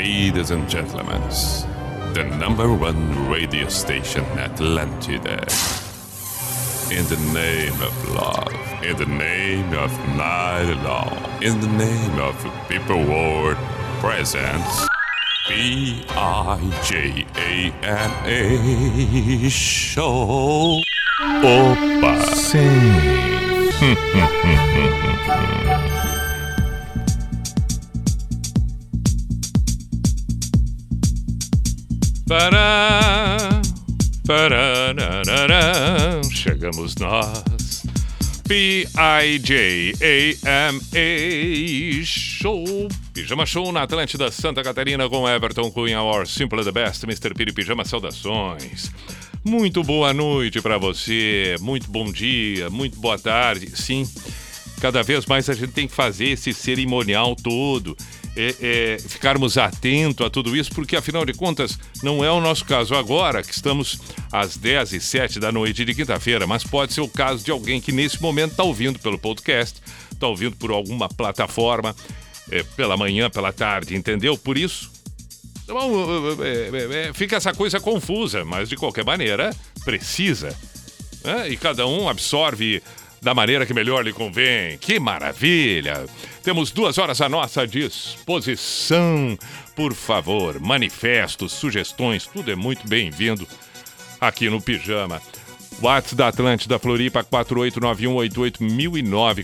Ladies and gentlemen, the number one radio station, Atlantida. In the name of love, in the name of night long, in the name of people world presents P-I-J-A-M-A Show. Opa! Sim. Pará, parararará, chegamos nós. P-I-J-A-M-A Show. Pijama Show na Atlântida Santa Catarina com Everton Cunha, Our Simple the Best, Mr. Piri Pijama, saudações. Muito boa noite para você, muito bom dia, muito boa tarde. Sim, cada vez mais a gente tem que fazer esse cerimonial todo, ficarmos atentos a tudo isso, porque afinal de contas não é o nosso caso agora, que estamos às 10h07 da noite de quinta-feira, mas pode ser o caso de alguém que nesse momento está ouvindo pelo podcast, está ouvindo por alguma plataforma, pela manhã, pela tarde, entendeu? Por isso, fica essa coisa confusa, mas de qualquer maneira precisa, né? E cada um absorve da maneira que melhor lhe convém. Que maravilha! Temos 2 horas à nossa disposição. Por favor, manifestos, sugestões, tudo é muito bem-vindo aqui no Pijama. WhatsApp da Atlântida Floripa 489188009,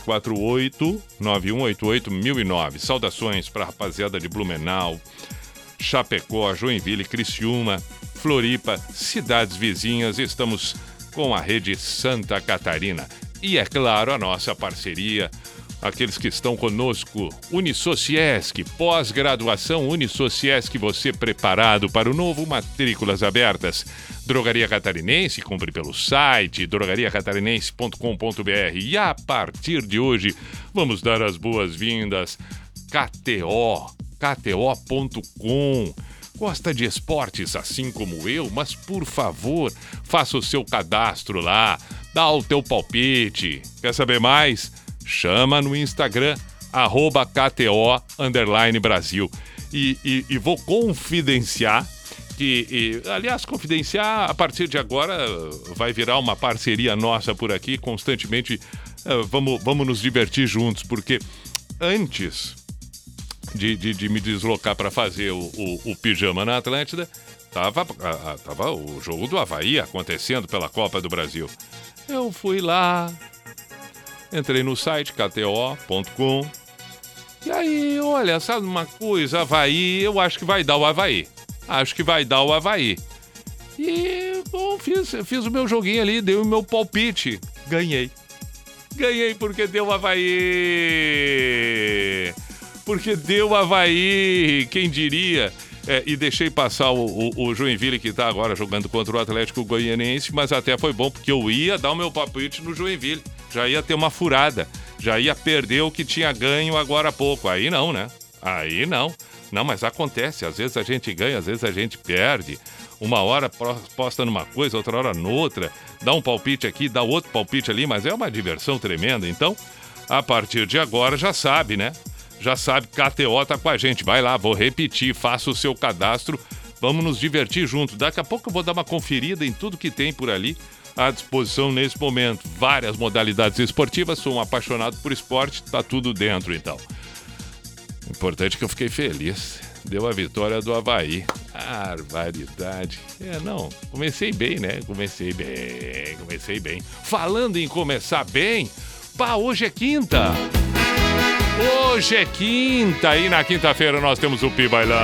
489188009. Saudações para a rapaziada de Blumenau, Chapecó, Joinville, Criciúma, Floripa, cidades vizinhas. Estamos com a rede Santa Catarina. E, é claro, a nossa parceria, aqueles que estão conosco, Unisociesc, pós-graduação Unisociesc, você preparado para o novo, matrículas abertas. Drogaria Catarinense, compre pelo site drogariacatarinense.com.br. E a partir de hoje, vamos dar as boas-vindas, KTO.com. Gosta de esportes assim como eu? Mas, por favor, faça o seu cadastro lá, dá o teu palpite. Quer saber mais? Chama no Instagram, @KTO_Brasil. E vou confidenciar confidenciar, a partir de agora vai virar uma parceria nossa por aqui, constantemente vamos nos divertir juntos, porque antes de me deslocar para fazer o Pijama na Atlântida, tava o jogo do Avaí acontecendo pela Copa do Brasil. Eu fui lá, entrei no site KTO.com e aí, olha, sabe uma coisa, Avaí, eu acho que vai dar o Avaí. E, bom, fiz o meu joguinho ali, dei o meu palpite, ganhei porque deu o Avaí. Quem diria? E deixei passar o Joinville, que está agora jogando contra o Atlético Goianiense, mas até foi bom, porque eu ia dar o meu palpite no Joinville, já ia ter uma furada, já ia perder o que tinha ganho agora há pouco. Aí não, né? Aí não. Não, mas acontece, às vezes a gente ganha, às vezes a gente perde. Uma hora posta numa coisa, outra hora noutra, dá um palpite aqui, dá outro palpite ali, mas é uma diversão tremenda. Então, a partir de agora já sabe, né? Já sabe, KTO tá com a gente. Vai lá, vou repetir, faça o seu cadastro, vamos nos divertir junto. Daqui a pouco eu vou dar uma conferida em tudo que tem por ali à disposição nesse momento. Várias modalidades esportivas, sou um apaixonado por esporte, tá tudo dentro então. Importante que eu fiquei feliz. Deu a vitória do Avaí. Barbaridade. Comecei bem, né? Comecei bem. Falando em começar bem, hoje é quinta. E na quinta-feira nós temos o Pi Bailão.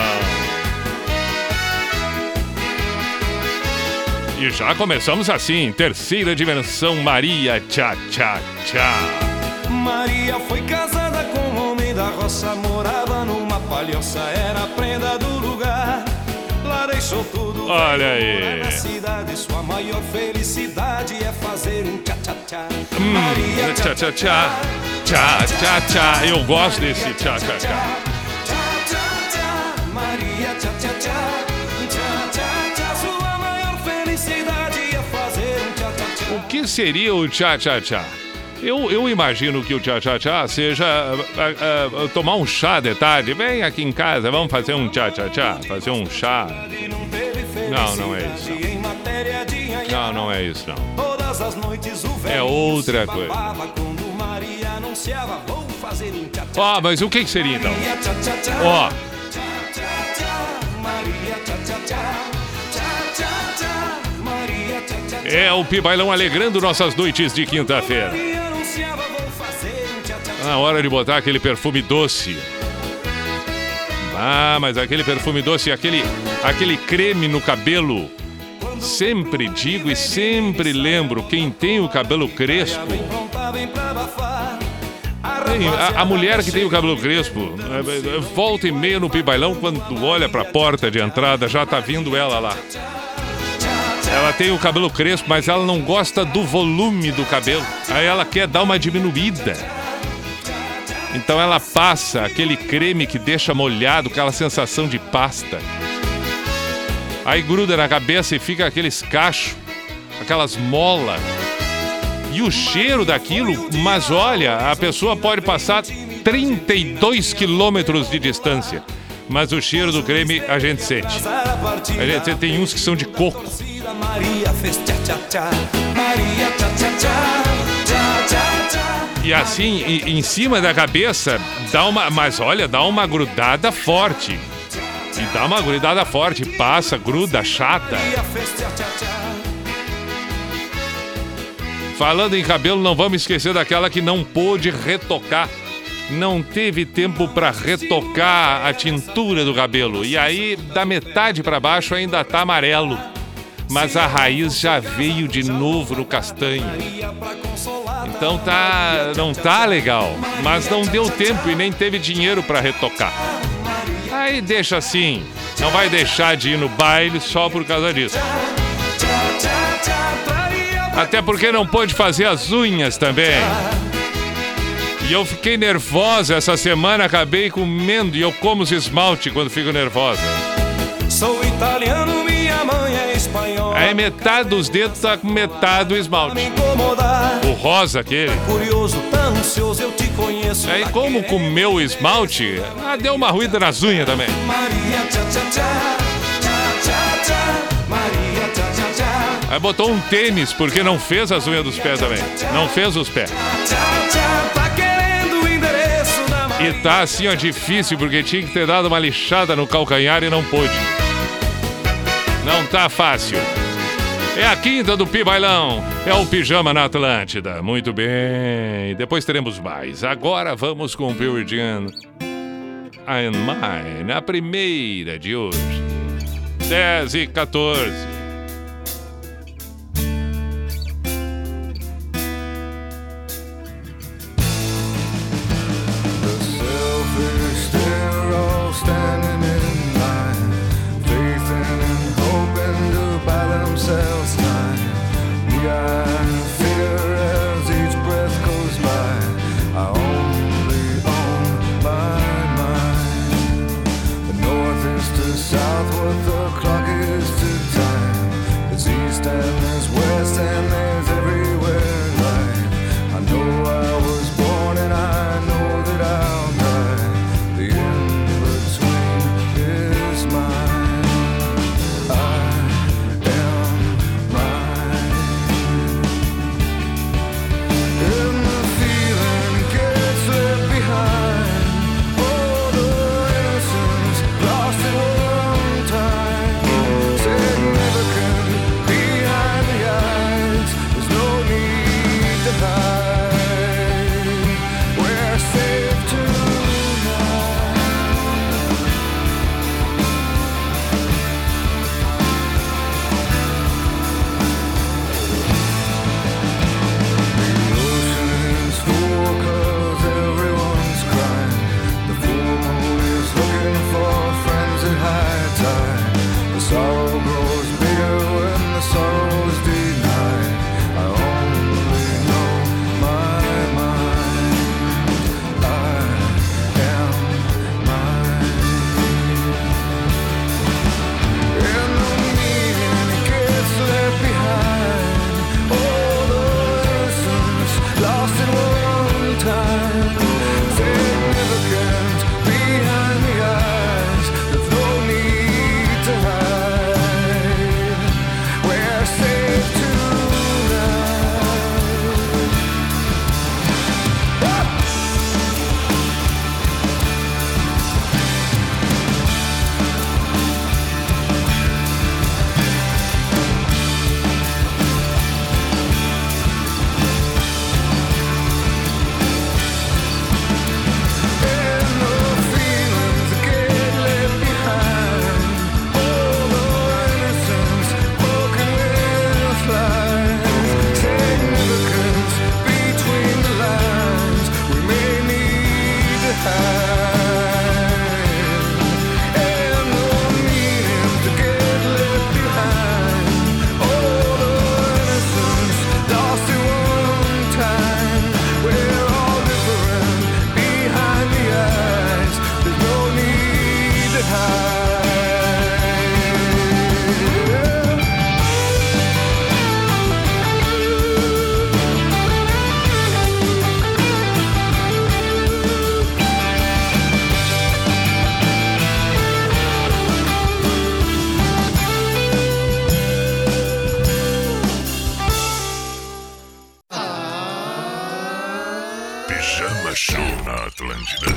E já começamos assim, terceira dimensão, Maria Tchá Tchá Tchá. Maria foi casada com um homem da roça, morava numa palhoça, era a prenda do lugar. Lá deixou tudo, olha aí, na cidade, sua maior felicidade é fazer um tchá-tchá-tchá. Maria tchá-tchá-tchá, tchá-tchá-tchá, eu gosto desse tchá-tchá-tchá. Maria tchá-tchá-tchá, tchá-tchá-tchá, sua maior felicidade é fazer um tchá-tchá-tchá. O que seria o tchá-tchá-tchá? Eu imagino que o tchá-tchá-tchá seja tomar um chá de tarde. Vem aqui em casa, vamos fazer um tchá-tchá-tchá, fazer um chá. Não é isso. Não é isso, não. É outra coisa. Mas o que seria então? É o Pibailão alegrando nossas noites de quinta-feira. Na hora de botar aquele perfume doce. Mas aquele perfume doce, aquele creme no cabelo. Sempre digo e sempre lembro, quem tem o cabelo crespo... A mulher que tem o cabelo crespo, volta e meia no Pibailão, quando olha pra porta de entrada, já tá vindo ela lá. Ela tem o cabelo crespo, mas ela não gosta do volume do cabelo. Aí ela quer dar uma diminuída. Então ela passa aquele creme que deixa molhado, aquela sensação de pasta. Aí gruda na cabeça e fica aqueles cachos, aquelas molas. E o cheiro daquilo, mas olha, a pessoa pode passar 32 quilômetros de distância. Mas o cheiro do creme a gente sente. A gente sente, tem uns que são de coco. E assim, em cima da cabeça, dá uma grudada forte. E dá uma grudada forte, passa, gruda, chata. Falando em cabelo, não vamos esquecer daquela que não pôde retocar. Não teve tempo para retocar a tintura do cabelo. E aí, da metade para baixo ainda tá amarelo. Mas a raiz já veio de novo no castanho. Então não tá legal. Mas não deu tempo e nem teve dinheiro para retocar. Aí deixa assim. Não vai deixar de ir no baile só por causa disso. Até porque não pôde fazer as unhas também. E eu fiquei nervosa essa semana, acabei comendo. E eu como os esmalte quando fico nervosa. Sou italiano, minha mãe é espanhola. Aí metade dos dedos tá com metade do esmalte. O rosa aquele. Curioso, tão ansioso, eu te conheço. Aí como comeu o esmalte, deu uma ruída nas unhas também. Maria, tchá, tchá, tchá, tchá, tchá, Maria, tchá, tchá, tchá. Aí botou um tênis, porque não fez as unhas dos pés também. Não fez os pés. E tá assim, ó, difícil, porque tinha que ter dado uma lixada no calcanhar e não pôde. Não tá fácil. É a quinta do Pibailão. É o Pijama na Atlântida. Muito bem. Depois teremos mais. Agora vamos com o Pure Jam and Mine, a primeira de hoje. 10h14. Standing in line, faithing and hoping to buy themselves time. We got fear as each breath goes by. I only own my mind. The north is to south, what the clock is to time. Pijama Show na Atlântida.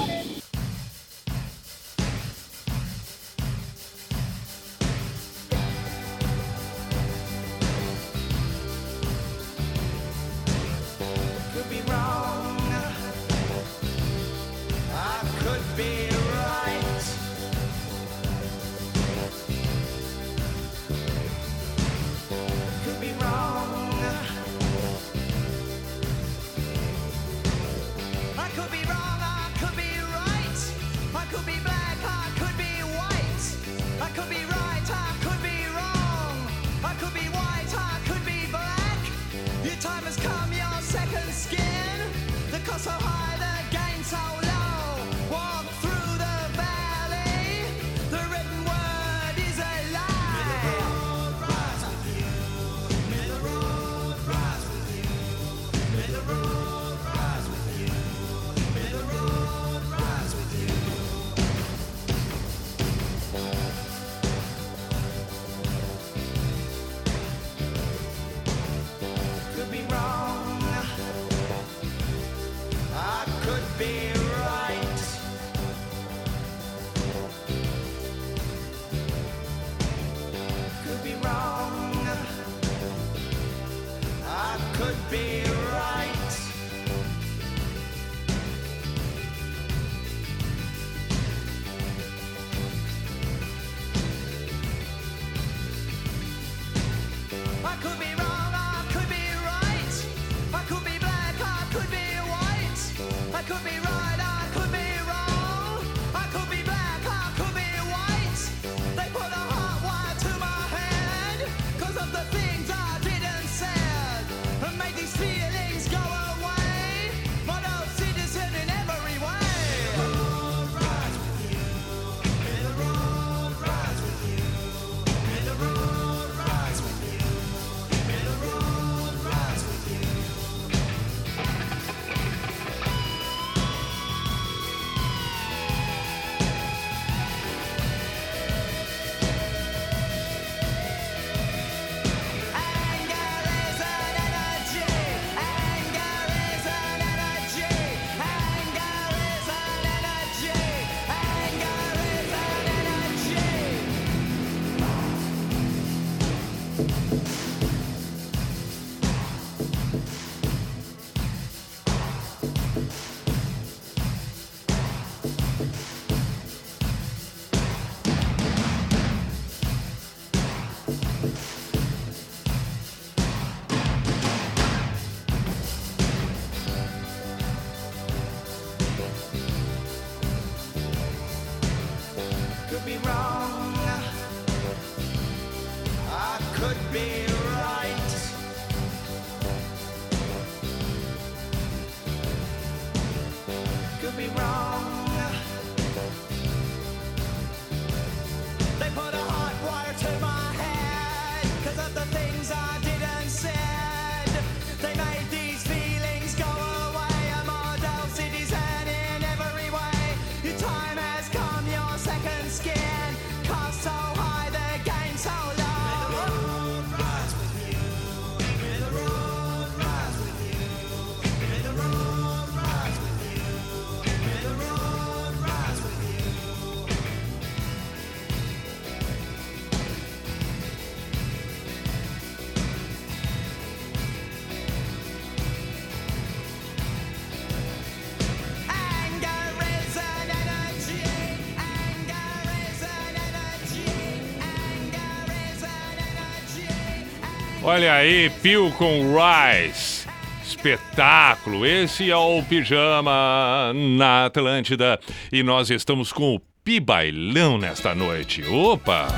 Olha aí, Pio com Rise. Espetáculo. Esse é o Pijama na Atlântida. E nós estamos com o Pi Bailão nesta noite. Opa!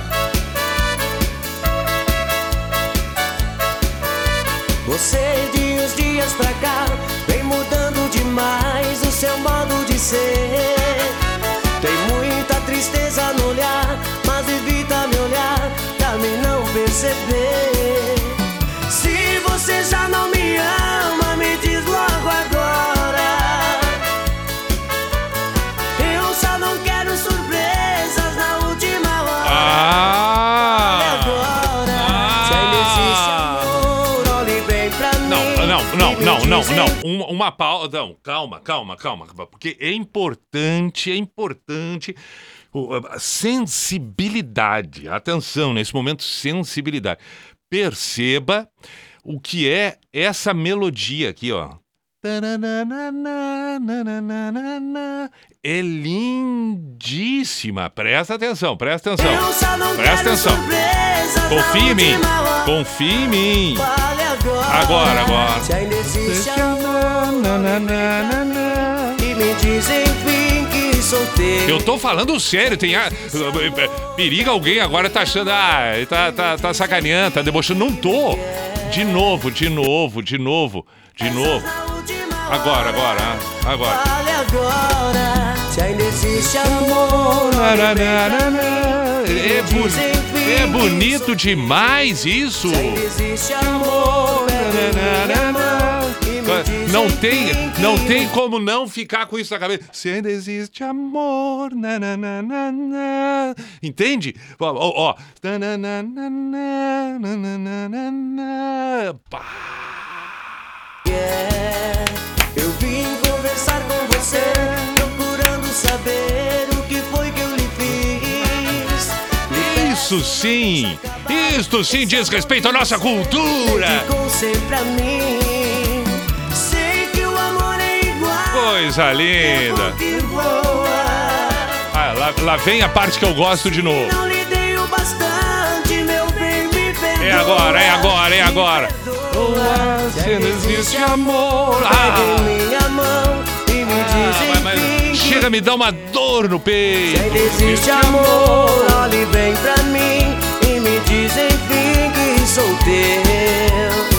Você de uns dias pra cá vem mudando demais o seu modo de ser. Tem muita tristeza no olhar, mas evita me olhar pra mim não perceber. Se você já não me ama, me diz logo agora. Eu só não quero surpresas na última hora. Agora, se ainda existe amor, olhe bem pra mim. Uma pausa. Não, calma. Porque é importante. Sensibilidade. Atenção, nesse momento, sensibilidade. Perceba o que é essa melodia aqui, ó. É lindíssima. Presta atenção. Confia em mim. Agora. Se ainda existe amor, e me diz enfim que sou teu. Eu tô falando sério, periga alguém agora tá achando, tá sacaneando, tá debochando. Não tô. De novo. Agora. Fale agora, se ainda existe amor. É bonito demais isso. Se ainda existe amor. Não tem como não ficar com isso na cabeça. Se ainda existe amor. Entende? Ó. Eu vim conversar com você, procurando saber o que foi que eu lhe fiz. Isto sim diz respeito à nossa cultura. Ficou sempre a mim. Sei que o amor é igual. Coisa linda. Lá vem a parte que eu gosto de novo. Não lhe dei o bastante, meu bem, me perdoa. É agora. Se não existe amor. Minha mão e me diz chega, me dá uma dor no peito. Se ainda existe amor, olhe bem pra mim e me diz enfim que sou teu.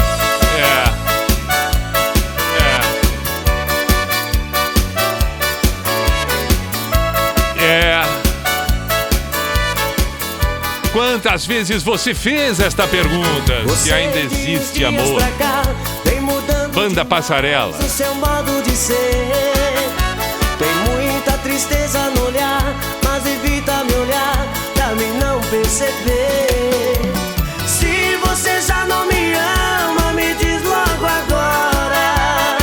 Quantas vezes você fez esta pergunta? Se ainda existe amor. Banda Passarela. O seu modo de ser tem muita tristeza no olhar, mas evita me olhar pra mim não perceber. Se você já não me ama, me diz logo agora.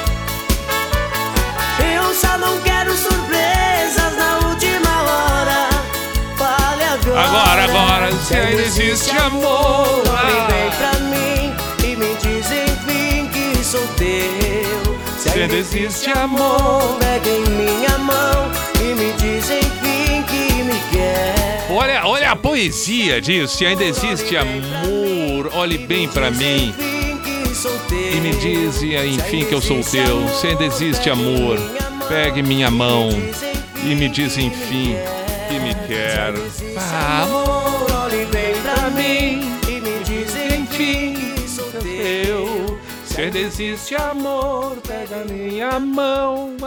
Eu só não quero surpresas na última hora. Fale agora, se ainda existe amor. Olhe bem pra mim e me diz enfim que sou teu. Se ainda existe amor, pega em minha mão e me diz enfim que me quer. Olha a poesia disso. Se ainda existe amor, olhe bem pra mim e me diz enfim que eu sou teu. Se ainda existe amor, pegue minha mão e me diz enfim que me quer. Amor, olhe bem pra mim e me diz enfim que sou teu. Se ainda existe amor, pega minha mão.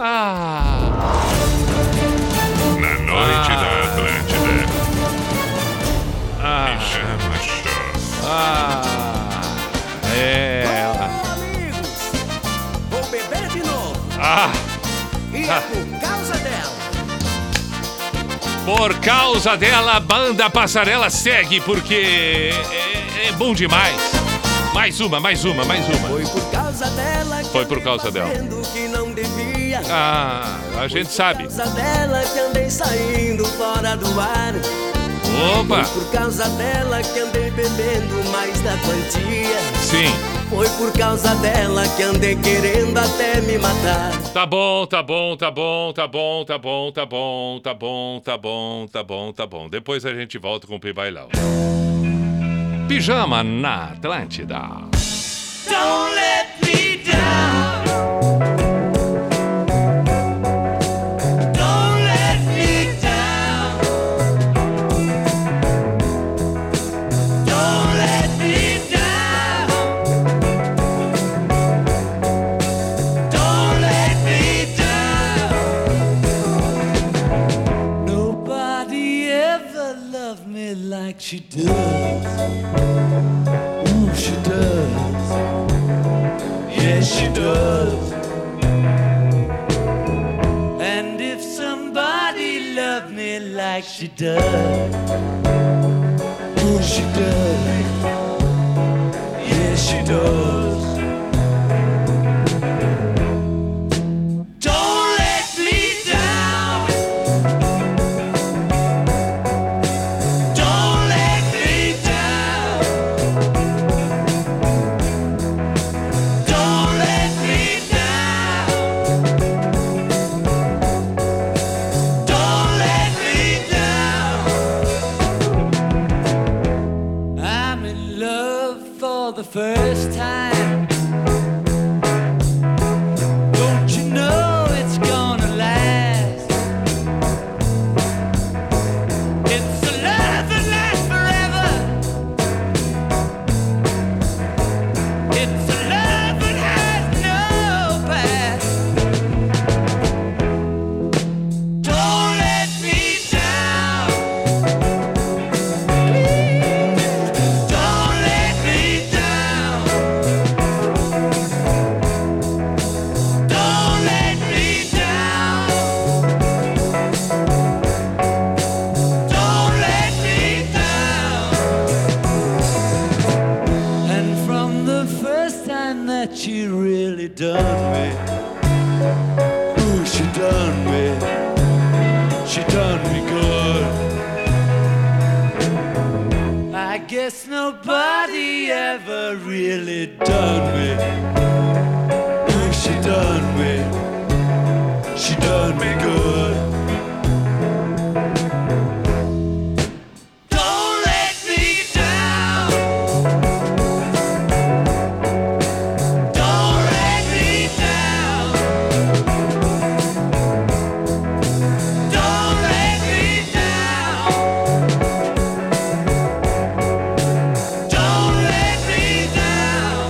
Na noite da Atlântida. Pijama Show. Amigos, vou beber de novo. E é por causa dela. Por causa dela, a Banda Passarela segue, porque é bom demais. Mais uma. Foi por causa dela que Foi por causa dela. que não devia. A gente sabe. Por causa dela que andei saindo fora do ar. Opa! Foi por causa dela que andei bebendo mais da quantia. Sim. Foi por causa dela que andei querendo até me matar. Tá bom. Depois a gente volta com o Pibailão. Pijama na Atlântida. Don't let me down. Don't let me down. Don't let me down. Don't let me down. Nobody ever loved me like she does. She does. Yes, she does. And if somebody loved me like she does, oh, she does. Yes, she does. done me good. I guess nobody ever really done me. Oh, she done me good. Don't let me down. Don't let me down. Don't let me down. Don't let me down.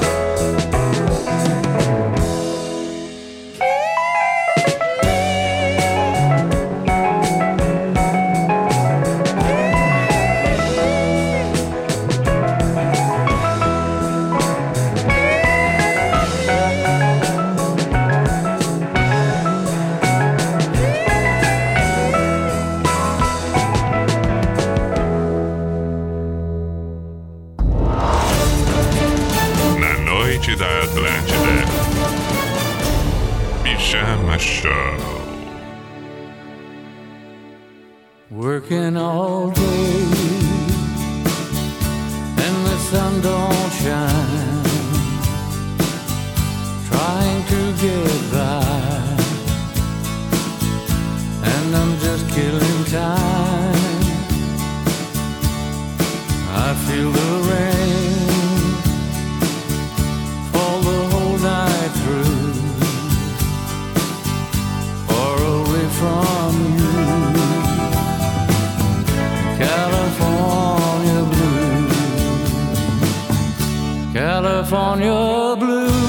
Na noite da Atlântida. Pijama Show. Working all day and the sun don't shine. Trying to get by, and I'm just killing time. I feel the rain fall the whole night through, far away from you. California blue, California blue,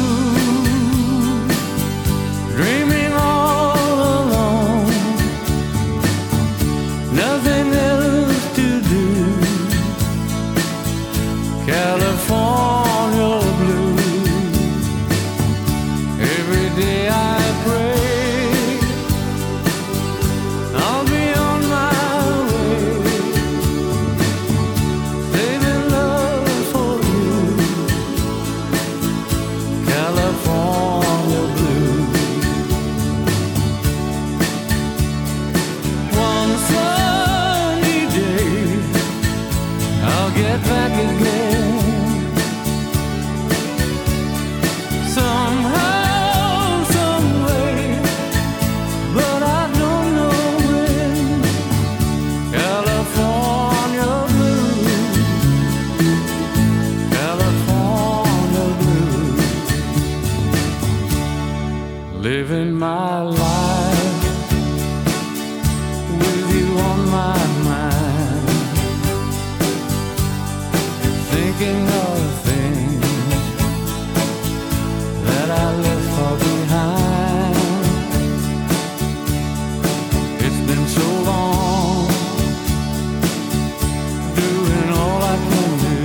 dreaming all alone, nothing else to do. California blue, every day I pray I'll be on my way, saving love for you. California blue. One sunny day I'll get back again. Somehow, someway, but I don't know when. California blue, California blue, living my life with you on my mind, thinking of things that I left far behind. It's been so long, doing all I can do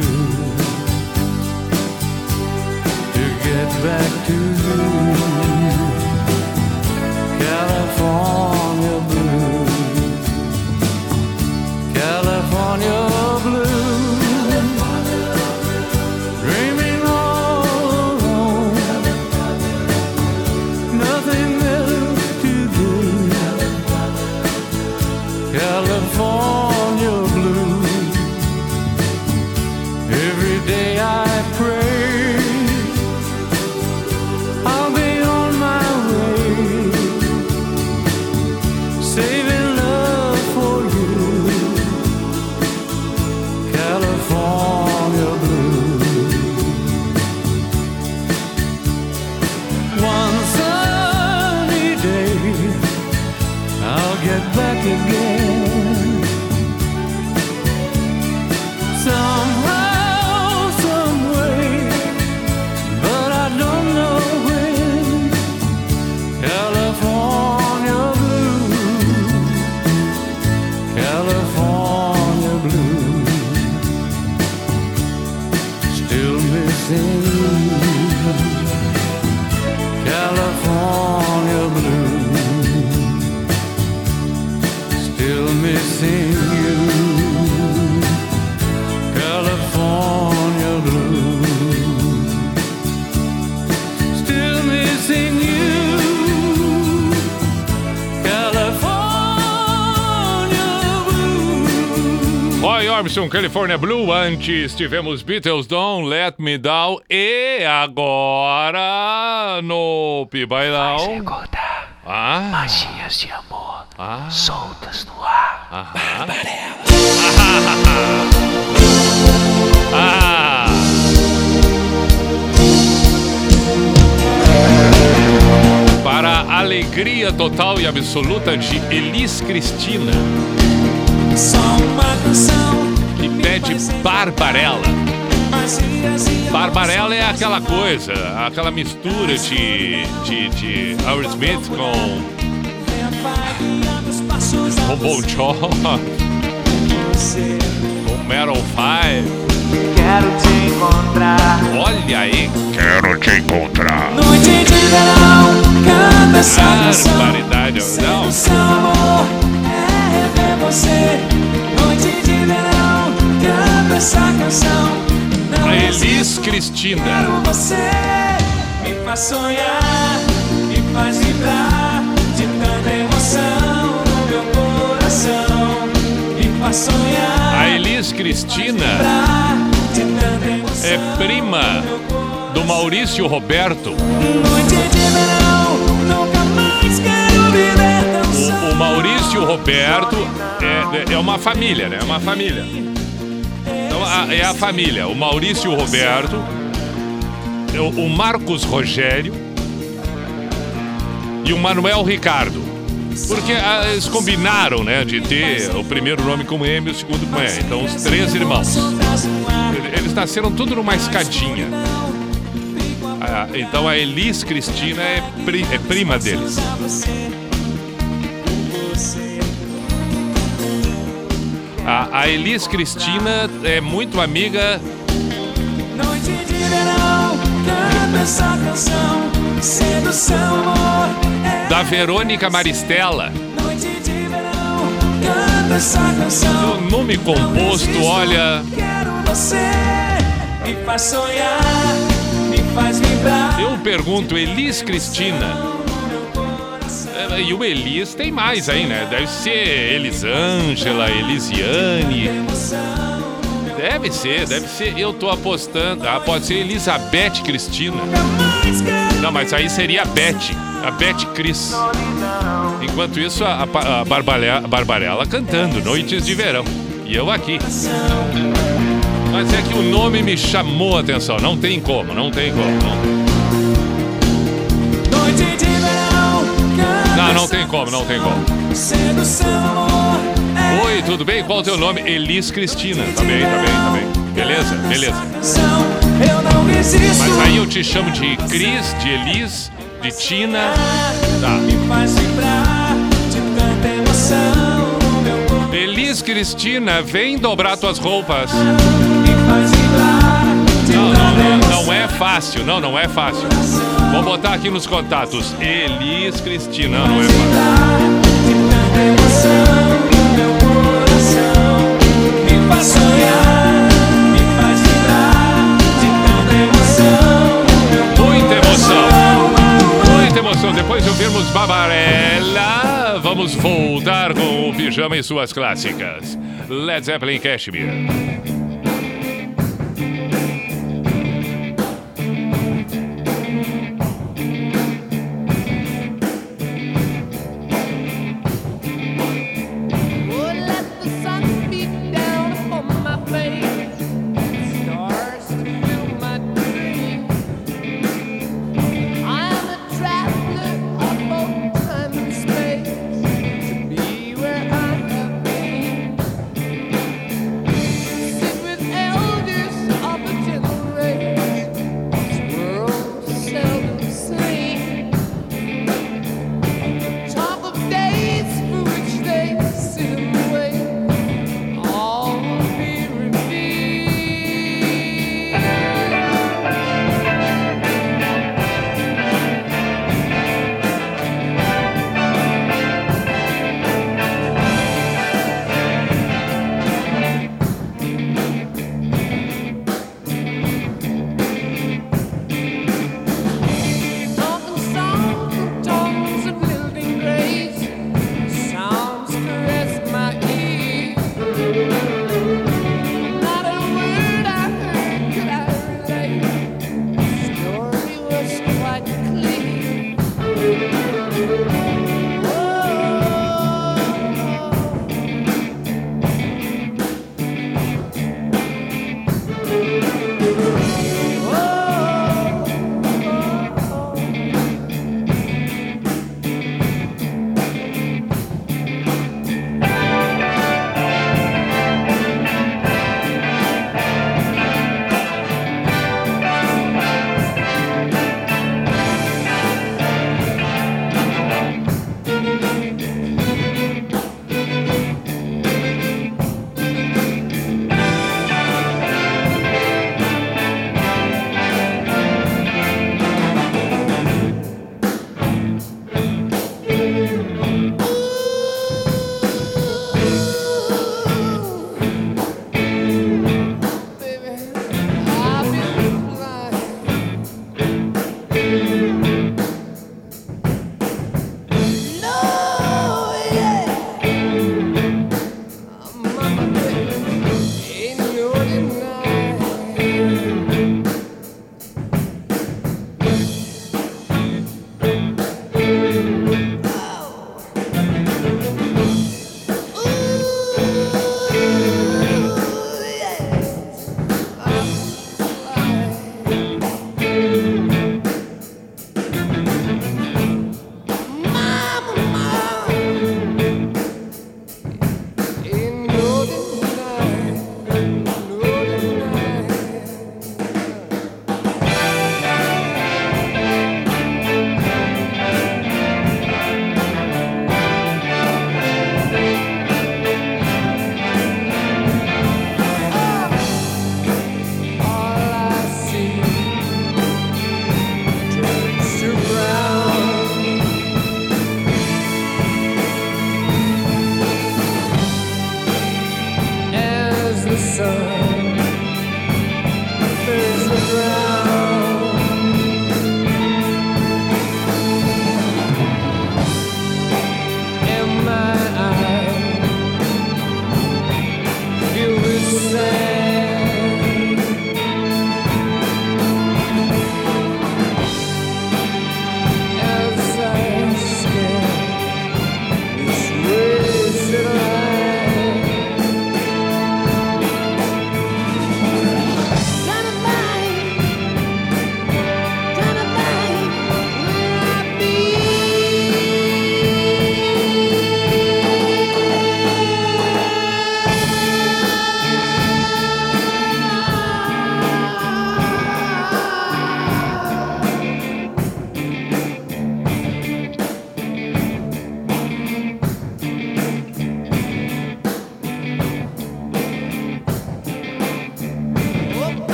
to get back to you. California blue, California blue, Armstrong, California Blue. Antes tivemos Beatles, Don't Let Me Down. E agora no Pibailão. Magias de amor soltas no ar. Para a alegria total e absoluta de Elis Cristina, Só uma canção que pede Barbarella. Barbarella é aquela coisa, aquela mistura de Aerosmith com Bon Jovi, com Metal 5. Quero te encontrar. Olha aí, Quero te encontrar. Noite de verão, canta essa canção. barbaridade, não? Seu amor é rever você. Noite de verão, canta essa canção. Não A existe, Elis Cristina. quero você. Me faz sonhar, me faz vibrar de tanta emoção no meu coração. Me faz sonhar, A Elis Cristina de tanta emoção. é prima do Maurício Roberto. Noite de verão, nunca mais quero viver tão só. O Maurício Roberto é uma família, né? É uma família. Então, é a família. O Maurício Roberto, o Marcos Rogério e o Manuel Ricardo. Porque eles combinaram, né? De ter o primeiro nome com M e o segundo com E. Então, os três irmãos. Eles nasceram tudo numa escadinha. Então, a Elis Cristina é prima deles. A Elis Cristina é muito amiga Noite de verão, canta essa canção. Sedução, amor, é da Verônica Maristella. noite de verão, canta essa canção. O nome composto, olha. Quero você, me faz sonhar, me faz vibrar. Eu pergunto, Elis Cristina. E o Elis tem mais aí, né? Deve ser Elisângela, Elisiane. Deve ser. Eu tô apostando. Pode ser Elizabeth Cristina. Não, mas aí seria a Beth Cris. Enquanto isso, a Barbarella cantando Noites de Verão. E eu aqui. Mas é que o nome me chamou a atenção. Não tem como. Noite de verão, canta Não tem como. sedução, amor, é Oi, tudo bem? Qual é o teu nome? Elis Cristina. Tá bem. Beleza. canção. Eu não resisto. Mas aí eu te chamo de Cris, de Elis, de Tina. Tá. Me faz vibrar de tanta emoção no meu corpo. Elis Cristina, vem dobrar tuas roupas. Me faz vibrar de tanta emoção. Não é fácil. Não é fácil. Vou botar aqui nos contatos. Elis Cristina. Não é fácil. De tanta emoção no meu coração. Me faz sonhar, me faz vibrar de tanta emoção no meu Muita emoção. Depois de ouvirmos Barbarella, vamos voltar com o Pijama e suas clássicas. Led Zeppelin, Cashmere. Be where I have been.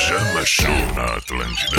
Pijama Show na Atlântida.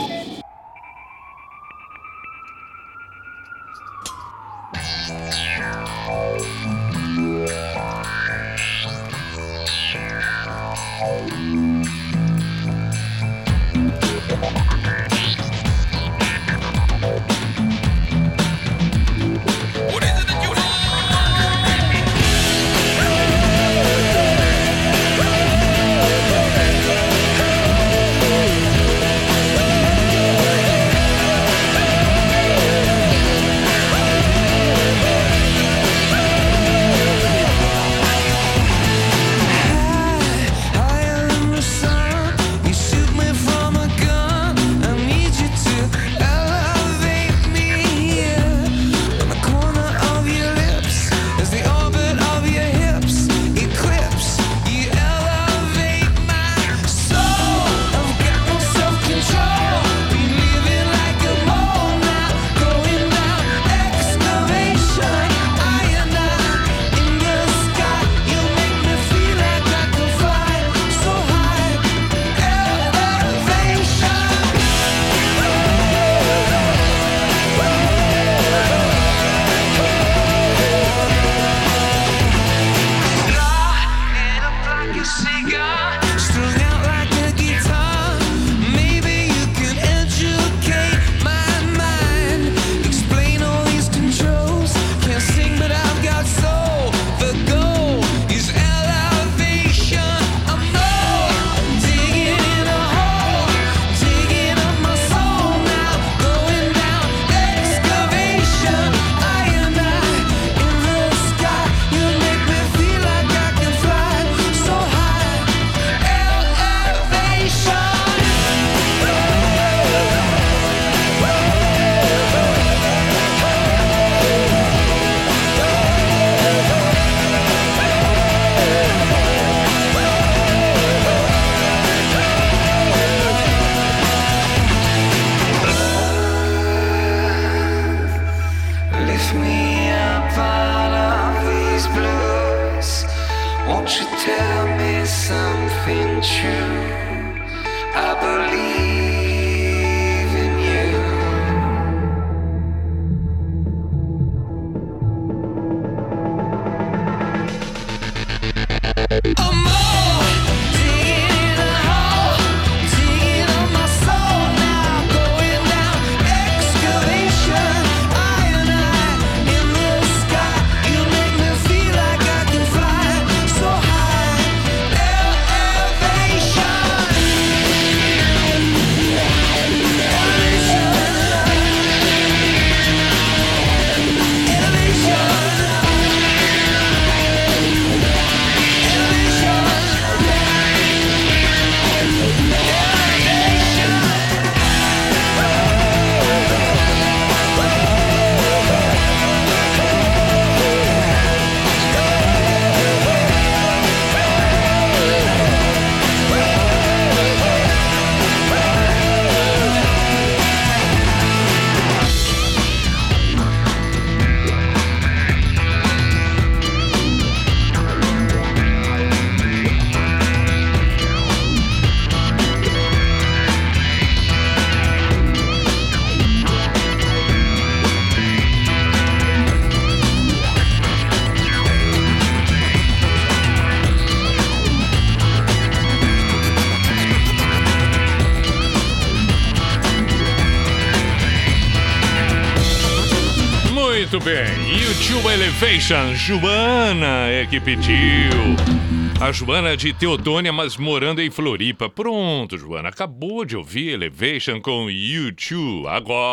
Muito bem, U2 Elevation, Joana é que pediu. A Joana de Teotônia, mas morando em Floripa. Pronto, Joana, acabou de ouvir Elevation com U2.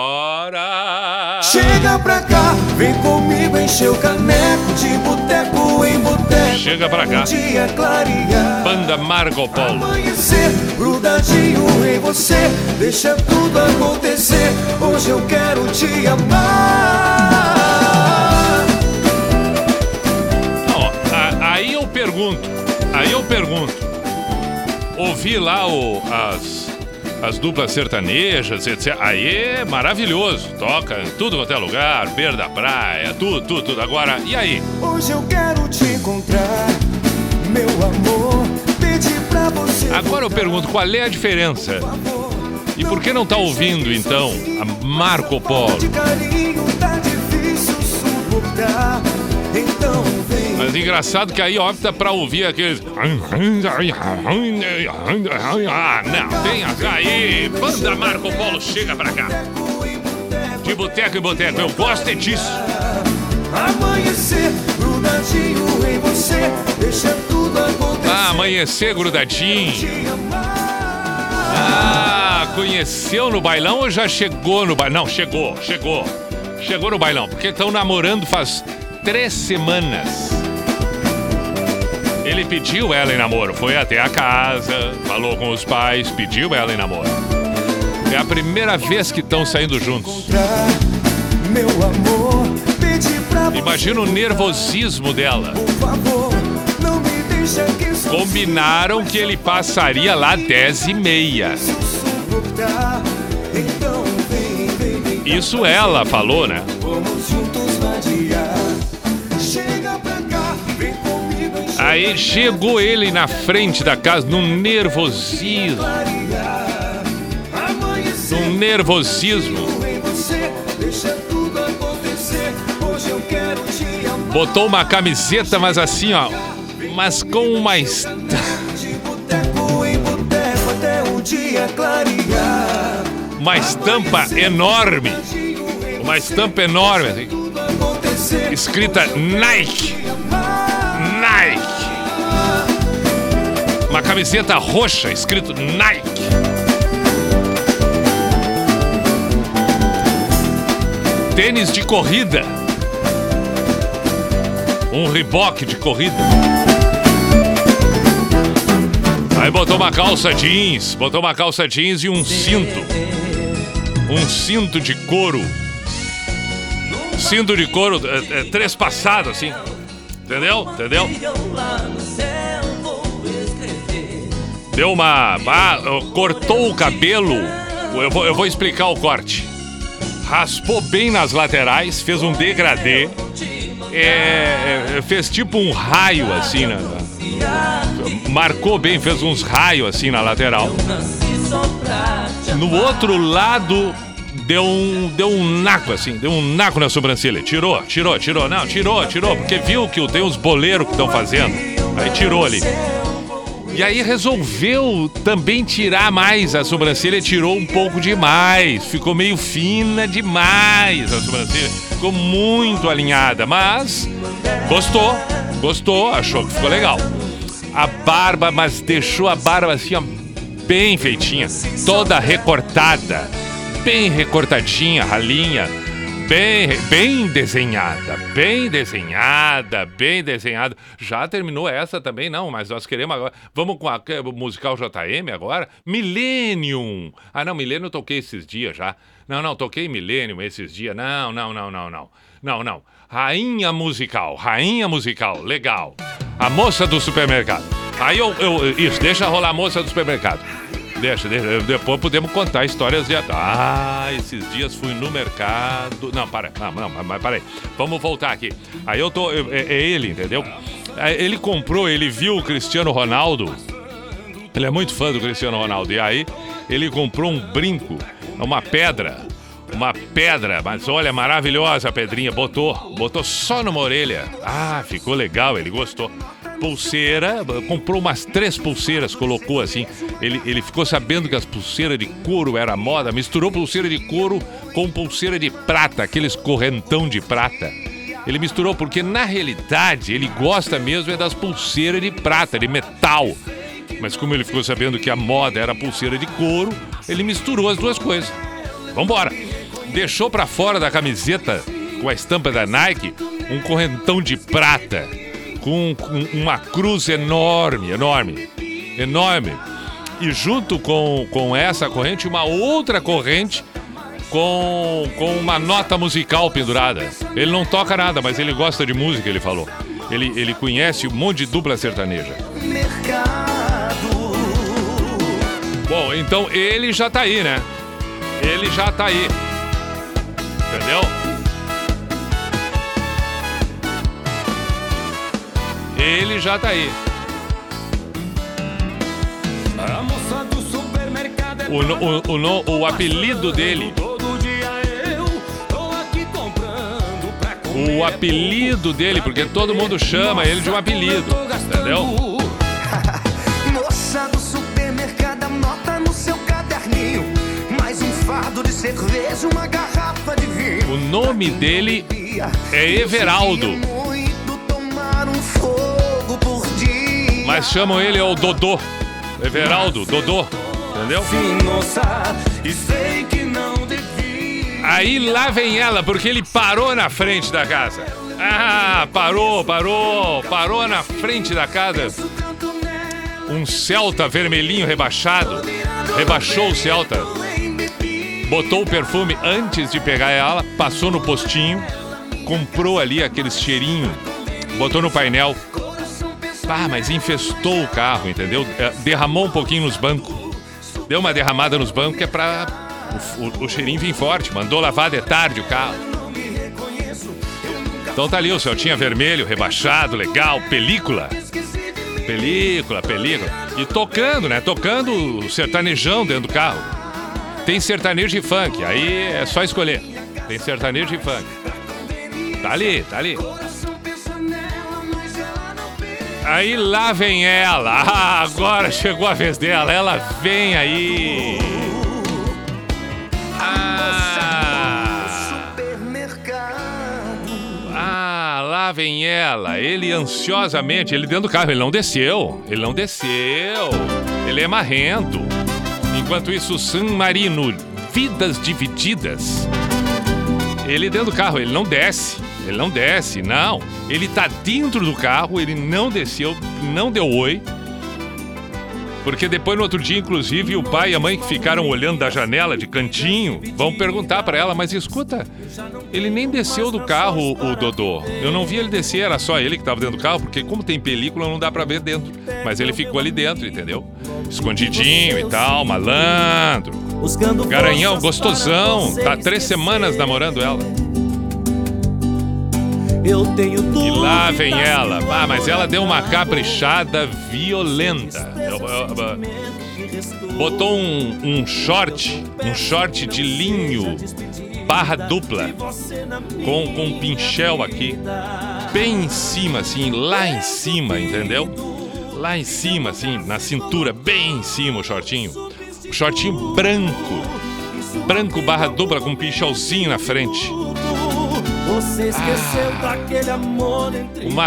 Agora... Chega pra cá, vem comigo encher o caneco, de boteco em boteco. Chega pra cá. Dia clarear, Banda Marco Polo. amanhecer, grudadinho em você, deixa tudo acontecer. Hoje eu quero te amar. Aí eu pergunto, ouvi lá as duplas sertanejas, etc. Aí é maravilhoso, toca em tudo quanto é lugar, beira da praia, tudo. Agora, e aí? Hoje eu quero te encontrar, meu amor, pedir pra você Agora eu pergunto, qual é a diferença? E por que não tá ouvindo, então, a Marco Polo? Mas engraçado que aí opta pra ouvir aqueles... Ah, não, tem aí, banda Marco Polo, chega pra cá. De boteco em boteco, eu gosto é disso. Amanhecer, grudadinho em você, deixa tudo acontecer. Ah, amanhecer grudadinho. Ah, conheceu no bailão ou já chegou no bailão? Não, chegou. Chegou no bailão, porque estão namorando faz 3 semanas. Ele pediu ela em namoro, foi até a casa, falou com os pais, pediu ela em namoro. É a primeira vez que estão saindo juntos. Meu amor, pedi pra você. Imagina o nervosismo dela. Por favor, não me deixa que só Combinaram que ele passaria lá 10h30. suportar. Então vem, Isso ela falou, né? vamos juntos vadiar. Chega pra cá, vem comigo. Aí chegou ele na frente da casa num nervosismo. Amanhecer Num nervosismo. em você, deixa tudo acontecer. Hoje eu quero te amar. Botou uma camiseta, mas assim, ó. Mas com uma... De boteco em boteco até o dia clarear. Uma estampa enorme. Uma estampa enorme, assim. Tudo acontecer. Escrita Nike. Nike. Uma camiseta roxa, escrito Nike. Tênis de corrida. Um Reebok de corrida. Aí botou uma calça jeans. E um cinto. Um cinto de couro. Cinto de couro trespassado, assim. Entendeu? Deu uma... cortou o cabelo. Eu vou explicar o corte. Raspou bem nas laterais, fez um degradê. Fez tipo um raio, assim, né? Marcou bem, fez uns raios, assim, na lateral. No outro lado... Deu um naco, assim, deu um naco na sobrancelha. Tirou, porque viu que tem uns boleiros que estão fazendo. Aí tirou ali. E aí resolveu também tirar mais a sobrancelha, tirou um pouco demais. Ficou meio fina demais a sobrancelha. Ficou muito alinhada, mas gostou, achou que ficou legal. A barba, mas deixou a barba assim, ó, bem feitinha, toda recortada. Bem recortadinha, ralinha, bem desenhada. Já terminou essa também? Não, mas nós queremos agora. Vamos com o musical JM agora? Millennium. Ah, não, Millennium eu toquei esses dias já. Não, toquei Millennium esses dias. Não. Rainha musical, legal. A moça do supermercado. Aí isso, deixa rolar a moça do supermercado. Deixa, depois podemos contar histórias de... Ah, esses dias fui no mercado... Não, mas para aí. Vamos voltar aqui. Aí eu tô... É ele, entendeu? Ele comprou, ele viu o Cristiano Ronaldo. Ele é muito fã do Cristiano Ronaldo. E aí, ele comprou um brinco, uma pedra, mas olha, maravilhosa a pedrinha. Botou só numa orelha. Ah, ficou legal, ele gostou. Pulseira, comprou umas 3 pulseiras, colocou assim. Ele ficou sabendo que as pulseiras de couro era moda, misturou pulseira de couro com pulseira de prata, aqueles correntão de prata. Ele misturou porque, na realidade, ele gosta mesmo das pulseiras de prata, de metal. Mas como ele ficou sabendo que a moda era pulseira de couro, ele misturou as duas coisas. Vambora! Deixou pra fora da camiseta, com a estampa da Nike, um correntão de prata. Com uma cruz enorme. E junto com essa corrente, uma outra corrente com uma nota musical pendurada. Ele não toca nada, mas ele gosta de música, ele falou. Ele conhece um monte de dupla sertaneja. Bom, então ele já tá aí, né? Entendeu? Ele já tá aí. O apelido dele. O apelido dele, porque todo mundo chama ele de um apelido, entendeu? Moça do supermercado, anota no seu caderninho. Mais um fardo de cerveja, uma garrafa de vinho. O nome dele é Everaldo. Mas chamam ele o Dodô. Everaldo, Dodô. Entendeu? Aí lá vem ela, porque ele parou na frente da casa. Ah, parou na frente da casa. Um Celta vermelhinho rebaixado. Rebaixou o Celta. Botou o perfume antes de pegar ela, passou no postinho, comprou ali aqueles cheirinhos, botou no painel. Ah, mas infestou o carro, entendeu? Derramou um pouquinho nos bancos. Deu uma derramada nos bancos que é pra o cheirinho vir forte. Mandou lavar de tarde o carro. Então tá ali o Celtinha vermelho, rebaixado, legal, película. E tocando, né? Tocando sertanejão dentro do carro. Tem sertanejo e funk, aí é só escolher. Tem sertanejo e funk. Tá ali. Aí lá vem ela. Ah, agora chegou a vez dela. Ela vem aí. Lá vem ela. Ele ansiosamente, ele dentro do carro, ele não desceu. Ele é marrento. Enquanto isso, San Marino, vidas divididas. Ele dentro do carro, ele não desce, não. Ele tá dentro do carro, ele não desceu, não deu oi. Porque depois, no outro dia, inclusive, o pai e a mãe que ficaram olhando da janela, de cantinho, vão perguntar pra ela, mas escuta, ele nem desceu do carro, o Dodô. Eu não vi ele descer, era só ele que tava dentro do carro, porque como tem película, não dá pra ver dentro. Mas ele ficou ali dentro, entendeu? Escondidinho e tal, malandro. Garanhão, gostosão. Tá 3 semanas namorando ela. E lá vem ela. Ah, mas ela deu uma caprichada violenta. Botou um short de linho, barra dupla, com um pincel aqui, bem em cima, assim, lá em cima, entendeu? Lá em cima, assim, na cintura, bem em cima o shortinho. O shortinho branco barra dupla, com um pinchelzinho na frente. Você esqueceu daquele amor entre uma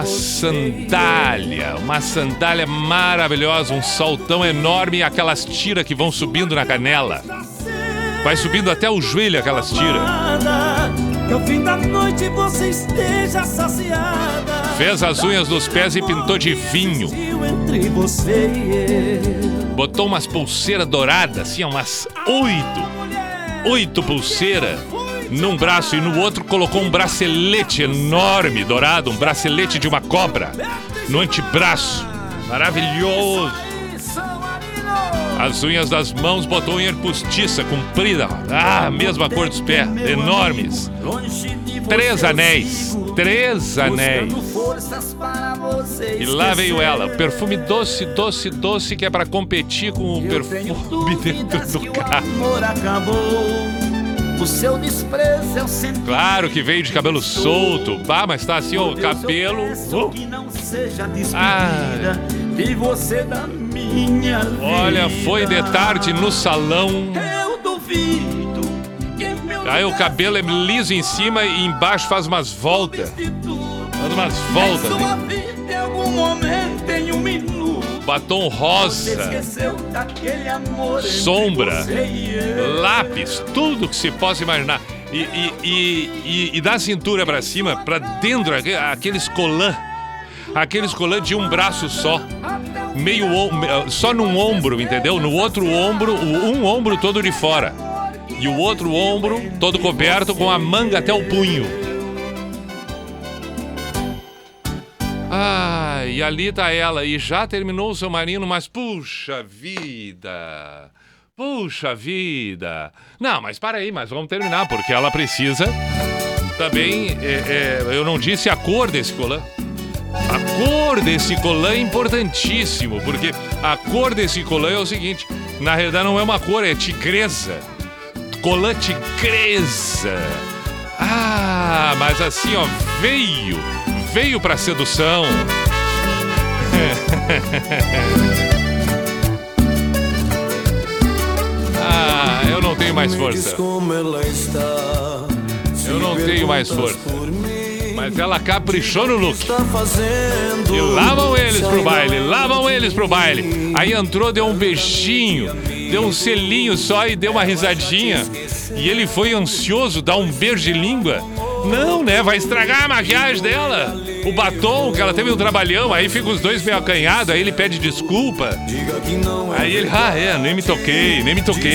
sandália maravilhosa, um saltão enorme e aquelas tiras que vão subindo na canela. Vai subindo até o joelho aquelas tiras. Que ao fim da noite você esteja saciada. Fez as unhas dos pés e pintou de vinho. Entre você e eu. Botou umas pulseiras douradas, assim, umas 8 pulseiras. Num braço e no outro colocou um bracelete enorme, dourado, um bracelete de uma cobra no antebraço. Maravilhoso. As unhas das mãos botou unha postiça, comprida. Ah, mesma cor dos pés, enormes. 3 anéis. E lá veio ela, perfume doce, que é pra competir com o perfume dentro do carro. O seu desprezo eu senti. Claro que veio de cabelo solto. Ah, mas tá assim, ó, o cabelo. Que não seja despedida de você da minha vida. Olha, foi de tarde no salão. Eu duvido que meu aí o cabelo é liso em cima e embaixo faz umas voltas. Sua vida em algum momento, em um minuto. Batom rosa, sombra, lápis, tudo que se possa imaginar. E da cintura pra cima, pra dentro, aqueles colã de um braço só, só num ombro, entendeu? No outro ombro, um ombro todo de fora e o outro ombro todo coberto com a manga até o punho. Ah, e ali tá ela, e já terminou o seu marino, mas puxa vida. Não, mas para aí, mas vamos terminar, porque ela precisa também, eu não disse a cor desse colã. A cor desse colã é importantíssimo, porque a cor desse colã é o seguinte, Na realidade não é uma cor, é tigresa. Colã tigresa. Ah, mas assim, ó, veio pra sedução. Ah, eu não tenho mais força. Eu não tenho mais força. Mas ela caprichou no look. E lá vão eles pro baile. Aí entrou, deu um beijinho, deu um selinho só e deu uma risadinha. E ele foi ansioso, dar um beijo de língua. Não, né? Vai estragar a maquiagem dela. O batom, que ela teve um trabalhão. Aí fica os dois meio acanhados. Aí ele pede desculpa. Aí ele, nem me toquei.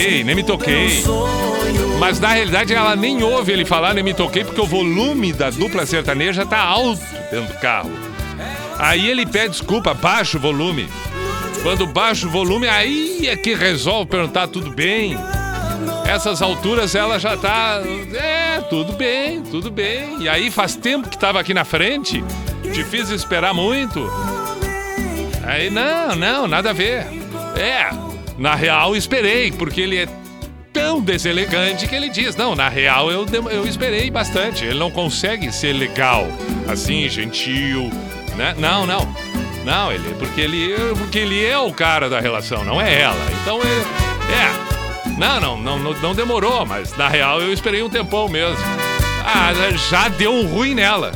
Mas na realidade ela nem ouve ele falar nem me toquei, porque o volume da dupla sertaneja tá alto dentro do carro. Aí ele pede desculpa, baixa o volume. Quando baixa o volume, aí é que resolve perguntar tudo bem. Essas alturas ela já tá... tudo bem. E aí faz tempo que tava aqui na frente, te fiz esperar muito. Aí não, nada a ver. Na real esperei, porque ele é tão deselegante que ele diz, não, na real eu esperei bastante. Ele não consegue ser legal, assim, gentil, né? Não, porque ele é o cara da relação, não é ela. Então não demorou, mas na real eu esperei um tempão mesmo. Já deu um ruim nela,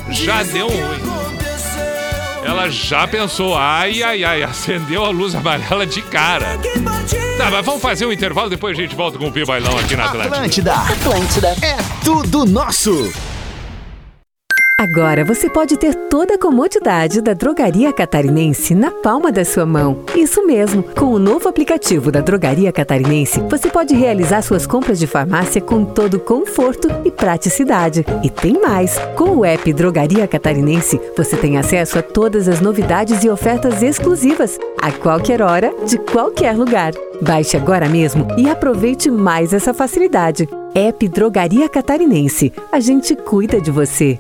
Ela já pensou, acendeu a luz amarela de cara. Tá, mas vamos fazer um intervalo, depois a gente volta com o Pi Bailão aqui na Atlântida. É tudo nosso. Agora você pode ter toda a comodidade da Drogaria Catarinense na palma da sua mão. Isso mesmo, com o novo aplicativo da Drogaria Catarinense, você pode realizar suas compras de farmácia com todo conforto e praticidade. E tem mais! Com o app Drogaria Catarinense, você tem acesso a todas as novidades e ofertas exclusivas, a qualquer hora, de qualquer lugar. Baixe agora mesmo e aproveite mais essa facilidade. App Drogaria Catarinense. A gente cuida de você.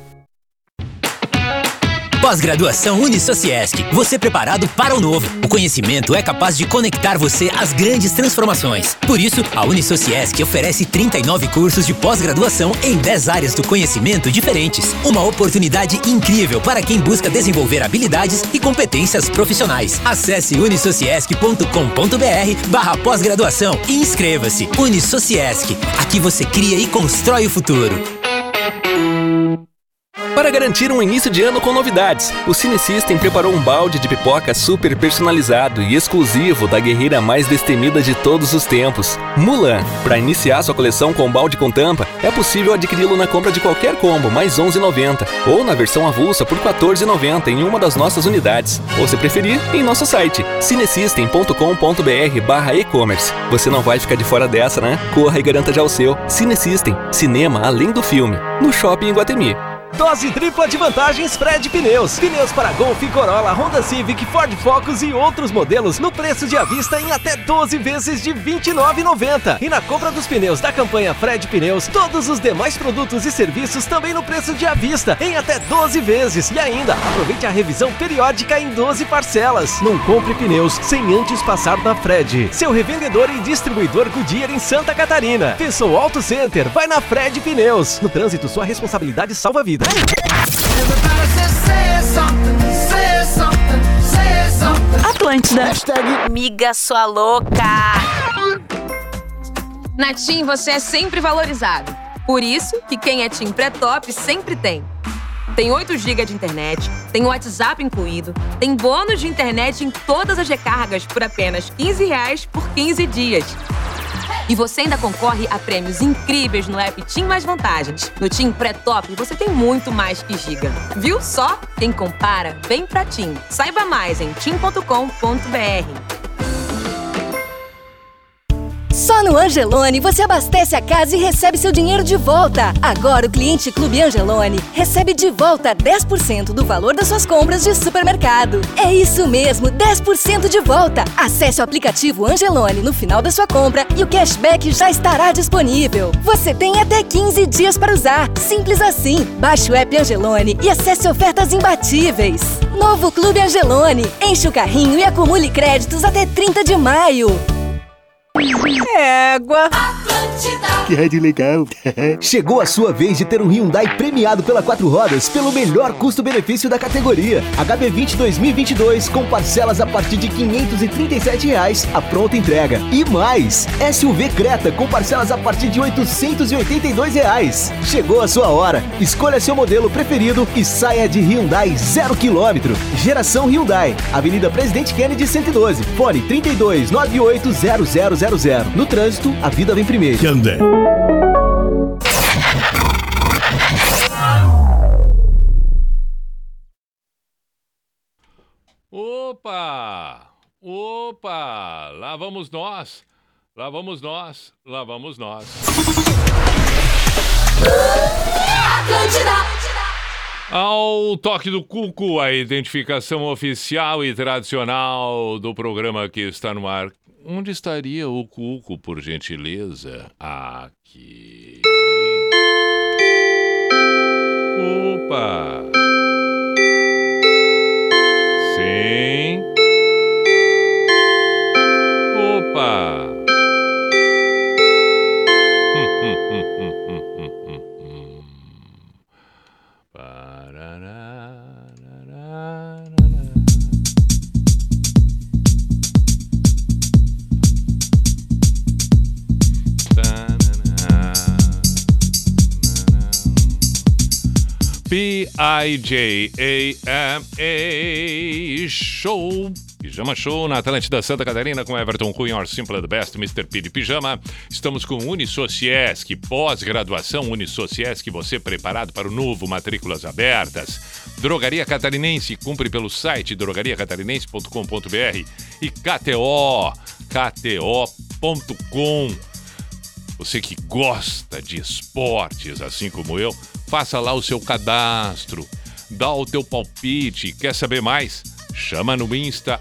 Pós-graduação Unisociesc. Você preparado para o novo. O conhecimento é capaz de conectar você às grandes transformações. Por isso, a Unisociesc oferece 39 cursos de pós-graduação em 10 áreas do conhecimento diferentes. Uma oportunidade incrível para quem busca desenvolver habilidades e competências profissionais. Acesse unisociesc.com.br/pós-graduação e inscreva-se. Unisociesc. Aqui você cria e constrói o futuro. Para garantir um início de ano com novidades, o Cine System preparou um balde de pipoca super personalizado e exclusivo da guerreira mais destemida de todos os tempos, Mulan. Para iniciar sua coleção com balde com tampa, é possível adquiri-lo na compra de qualquer combo, mais R$ 11,90, ou na versão avulsa por R$ 14,90 em uma das nossas unidades, ou se preferir, em nosso site, cinesystem.com.br/e-commerce. Você não vai ficar de fora dessa, né? Corra e garanta já o seu. Cine System, cinema além do filme, no Shopping Iguatemi. Dose tripla de vantagens Fred Pneus. Pneus para Golf, Corolla, Honda Civic, Ford Focus e outros modelos no preço de à vista em até 12 vezes de R$ 29,90. E na compra dos pneus da campanha Fred Pneus, todos os demais produtos e serviços também no preço de à vista em até 12 vezes. E ainda, aproveite a revisão periódica em 12 parcelas. Não compre pneus sem antes passar na Fred. Seu revendedor e distribuidor Goodyear em Santa Catarina. Pensou Auto Center? Vai na Fred Pneus. No trânsito, sua responsabilidade salva a vida. Atlântida. Miga sua louca. Na TIM você é sempre valorizado. Por isso que quem é TIM pré-top sempre tem. Tem 8 GB de internet, tem WhatsApp incluído, tem bônus de internet em todas as recargas por apenas R$15 por 15 dias. E você ainda concorre a prêmios incríveis no app TIM Mais Vantagens. No TIM Pré-Top você tem muito mais que giga. Viu só? Quem compara, vem pra TIM. Saiba mais em tim.com.br. Só no Angelone você abastece a casa e recebe seu dinheiro de volta. Agora o cliente Clube Angelone recebe de volta 10% do valor das suas compras de supermercado. É isso mesmo, 10% de volta. Acesse o aplicativo Angelone no final da sua compra e o cashback já estará disponível. Você tem até 15 dias para usar. Simples assim. Baixe o app Angelone e acesse ofertas imbatíveis. Novo Clube Angelone. Enche o carrinho e acumule créditos até 30 de maio. Égua. Que rádio legal. Chegou a sua vez de ter um Hyundai premiado pela 4 Rodas pelo melhor custo-benefício da categoria. HB20 2022 com parcelas a partir de R$ 537 a pronta entrega. E mais, SUV Creta com parcelas a partir de R$ 882. Chegou a sua hora. Escolha seu modelo preferido e saia de Hyundai 0 km. Geração Hyundai. Avenida Presidente Kennedy 112. Fone 32980000. No trânsito, a vida vem primeiro. Hyundai. Opa! Opa! Lá vamos nós. Lá vamos nós. Lá vamos nós. Ao toque do cuco, a identificação oficial e tradicional do programa que está no ar. Onde estaria o cuco, por gentileza? Aqui. Opa! Sim. Opa! P-I-J-A-M-A Show, Pijama Show na Atlântida Santa Catarina com Everton Cunha, Or Simple the Best, Mr. P de Pijama. Estamos com Unisociesc, pós-graduação Unisociesc, você preparado para o novo, matrículas abertas. Drogaria Catarinense, cumpre pelo site drogariacatarinense.com.br e KTO.com. Você que gosta de esportes, assim como eu, faça lá o seu cadastro, dá o teu palpite, quer saber mais? Chama no Insta,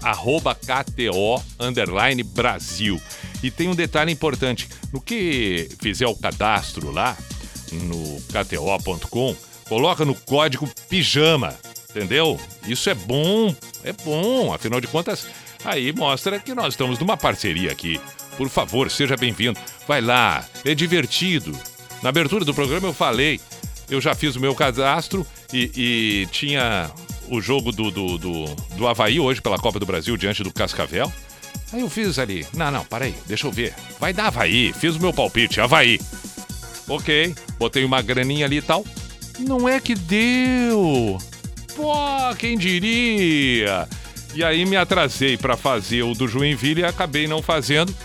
@KTO_Brasil. E tem um detalhe importante, no que fizer o cadastro lá, no KTO.com, coloca no código PIJAMA, entendeu? Isso é bom, afinal de contas, aí mostra que nós estamos numa parceria aqui. Por favor, seja bem-vindo, vai lá, é divertido. Na abertura do programa eu falei, eu já fiz o meu cadastro e tinha o jogo do Avaí hoje pela Copa do Brasil diante do Cascavel. Aí eu fiz ali, não, para aí, deixa eu ver. Vai dar Avaí, fiz o meu palpite, Avaí. Ok, botei uma graninha ali e tal. Não é que deu. Pô, quem diria? E aí me atrasei para fazer o do Joinville e acabei não fazendo.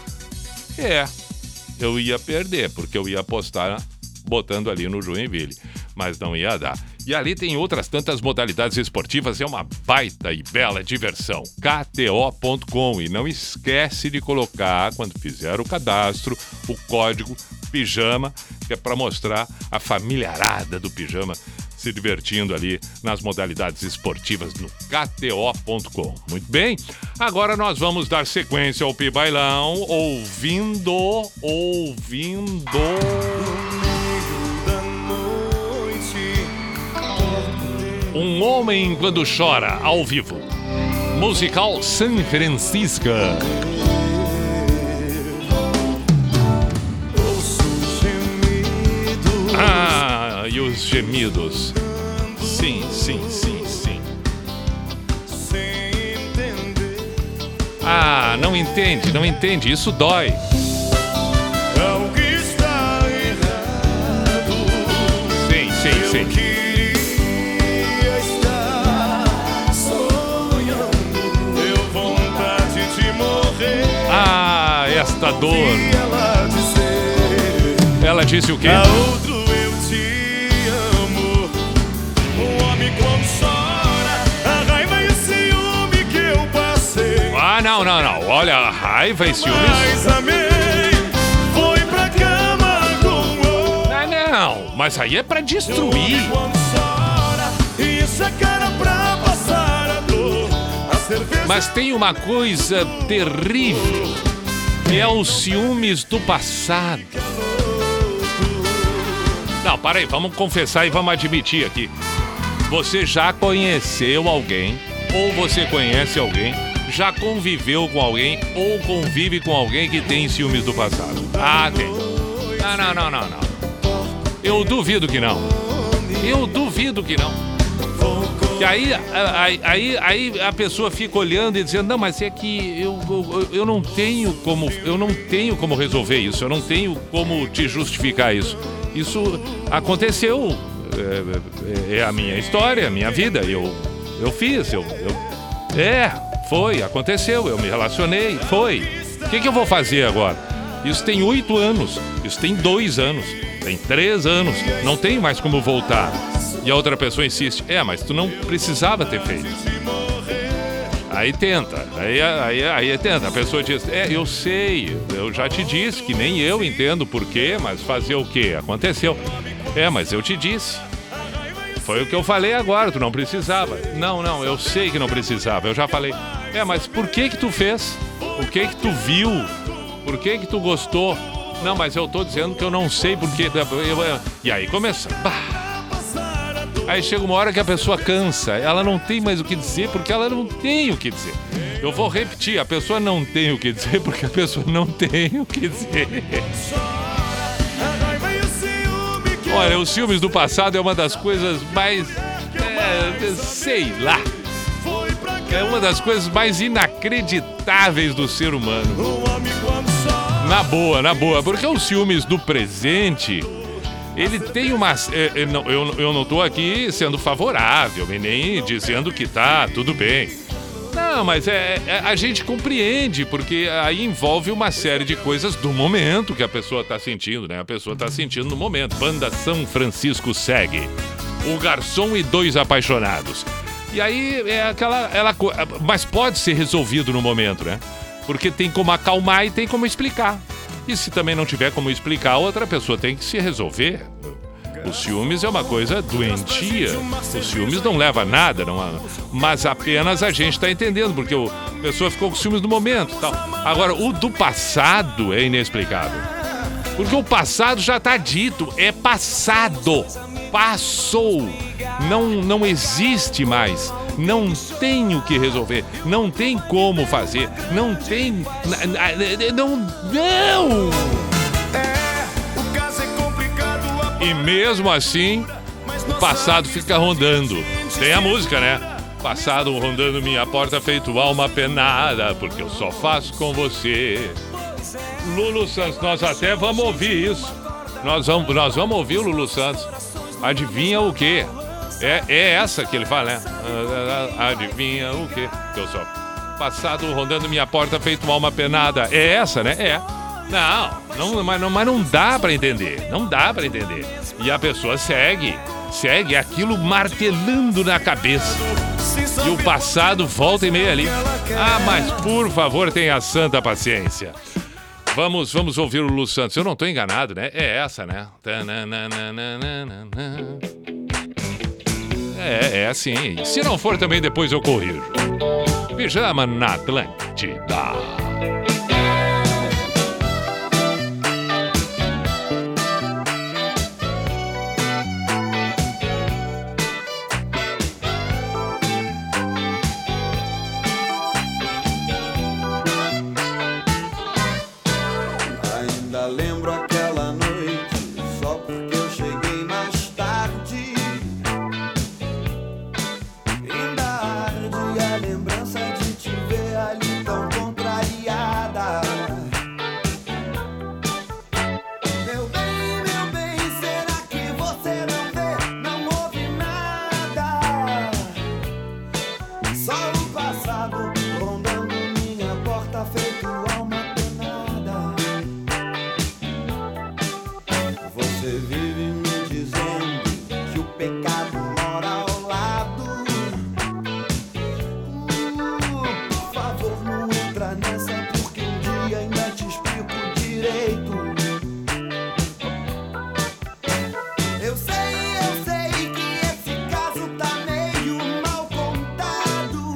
Eu ia perder, porque eu ia apostar botando ali no Joinville, mas não ia dar. E ali tem outras tantas modalidades esportivas, é uma baita e bela diversão. KTO.com, e não esquece de colocar, quando fizer o cadastro, o código PIJAMA, que é para mostrar a família do Pijama se divertindo ali nas modalidades esportivas no KTO.com. Muito bem, agora nós vamos dar sequência ao Pibailão, ouvindo... Um Homem Quando Chora, ao vivo. Musical San Francisco. E os gemidos. Sim. Não entende, isso dói. Algo está errado. Sim. Eu queria estar sonhando. Deu vontade de morrer. Esta dor. Ela disse o quê? A outro eu te amo. O homem quando chora, a raiva e o ciúme que eu passei. Não. Olha, a raiva e ciúmes. Mas amei, foi pra cama com outro. Não, mas aí é pra destruir. Quando chora, isso é cara pra passar a dor. A cerveja. Mas tem uma coisa terrível, que é os ciúmes do passado. Não, para aí, vamos confessar e vamos admitir aqui. Você já conheceu alguém, ou você conhece alguém, já conviveu com alguém ou convive com alguém que tem ciúmes do passado? Ah, tem. Não. Eu duvido que não. E aí a pessoa fica olhando e dizendo, não, mas é que eu não tenho como resolver isso, eu não tenho como te justificar isso. Isso aconteceu, é a minha história, a minha vida, eu fiz, aconteceu, eu me relacionei, foi. O que eu vou fazer agora? Isso tem 8 anos, isso tem 2 anos, tem 3 anos, não tem mais como voltar. E a outra pessoa insiste, mas tu não precisava ter feito. Aí tenta, aí tenta. A pessoa diz, eu sei, eu já te disse que nem eu entendo por quê, mas fazer o quê? Aconteceu. Mas eu te disse. Foi o que eu falei agora, tu não precisava. Não, eu sei que não precisava, eu já falei. Mas por que tu fez? O que tu viu? Por que tu gostou? Não, mas eu tô dizendo que eu não sei por quê. E aí começa. Aí chega uma hora que a pessoa cansa, ela não tem mais o que dizer porque ela não tem o que dizer. Eu vou repetir, a pessoa não tem o que dizer porque a pessoa não tem o que dizer. Olha, os ciúmes do passado é uma das coisas mais... sei lá. É uma das coisas mais inacreditáveis do ser humano. Na boa, porque os ciúmes do presente... Ele tem uma... Eu não estou aqui sendo favorável e nem dizendo que tá tudo bem. Não, mas a gente compreende, porque aí envolve uma série de coisas do momento que a pessoa está sentindo, né? A pessoa está sentindo no momento. Banda São Francisco segue. O garçom e 2 apaixonados. E aí mas pode ser resolvido no momento, né? Porque tem como acalmar e tem como explicar. E se também não tiver como explicar, a outra pessoa tem que se resolver. Os ciúmes é uma coisa doentia. Os ciúmes não leva a nada, mas apenas a gente está entendendo, porque a pessoa ficou com ciúmes no momento. Tal. Agora, o do passado é inexplicável. Porque o passado já está dito, é passado. Passou. Não existe mais. Não tem o que resolver, não tem como fazer, não tem... Não! E mesmo assim, o passado fica rondando. Tem a música, né? Passado rondando minha porta feito alma penada, porque eu só faço com você. Lulu Santos, nós até vamos ouvir isso. Nós vamos ouvir o Lulu Santos. Adivinha o quê? É essa que ele fala, né? Adivinha o quê? Que eu só passado rondando minha porta feito alma penada. É essa, né? Mas não dá pra entender. Não dá pra entender. E a pessoa segue aquilo martelando na cabeça. E o passado volta e meia ali. Mas por favor, tenha santa paciência. Vamos ouvir o Lulu Santos. Eu não tô enganado, né? É essa, né? É assim. Se não for também, depois eu corrijo. Pijama na Atlântida. Ainda lembro aquela noite, só porque eu cheguei mais tarde. Ainda arde a lembrança de te ver ali tão contrariada. Meu bem, será que você não vê? Não ouve nada. Só o passado rondando minha porta feito alma penada. Você vive me dizendo que o pecado mora ao lado. Por favor, não entra nessa, porque um dia ainda te explico direito. Eu sei que esse caso tá meio mal contado,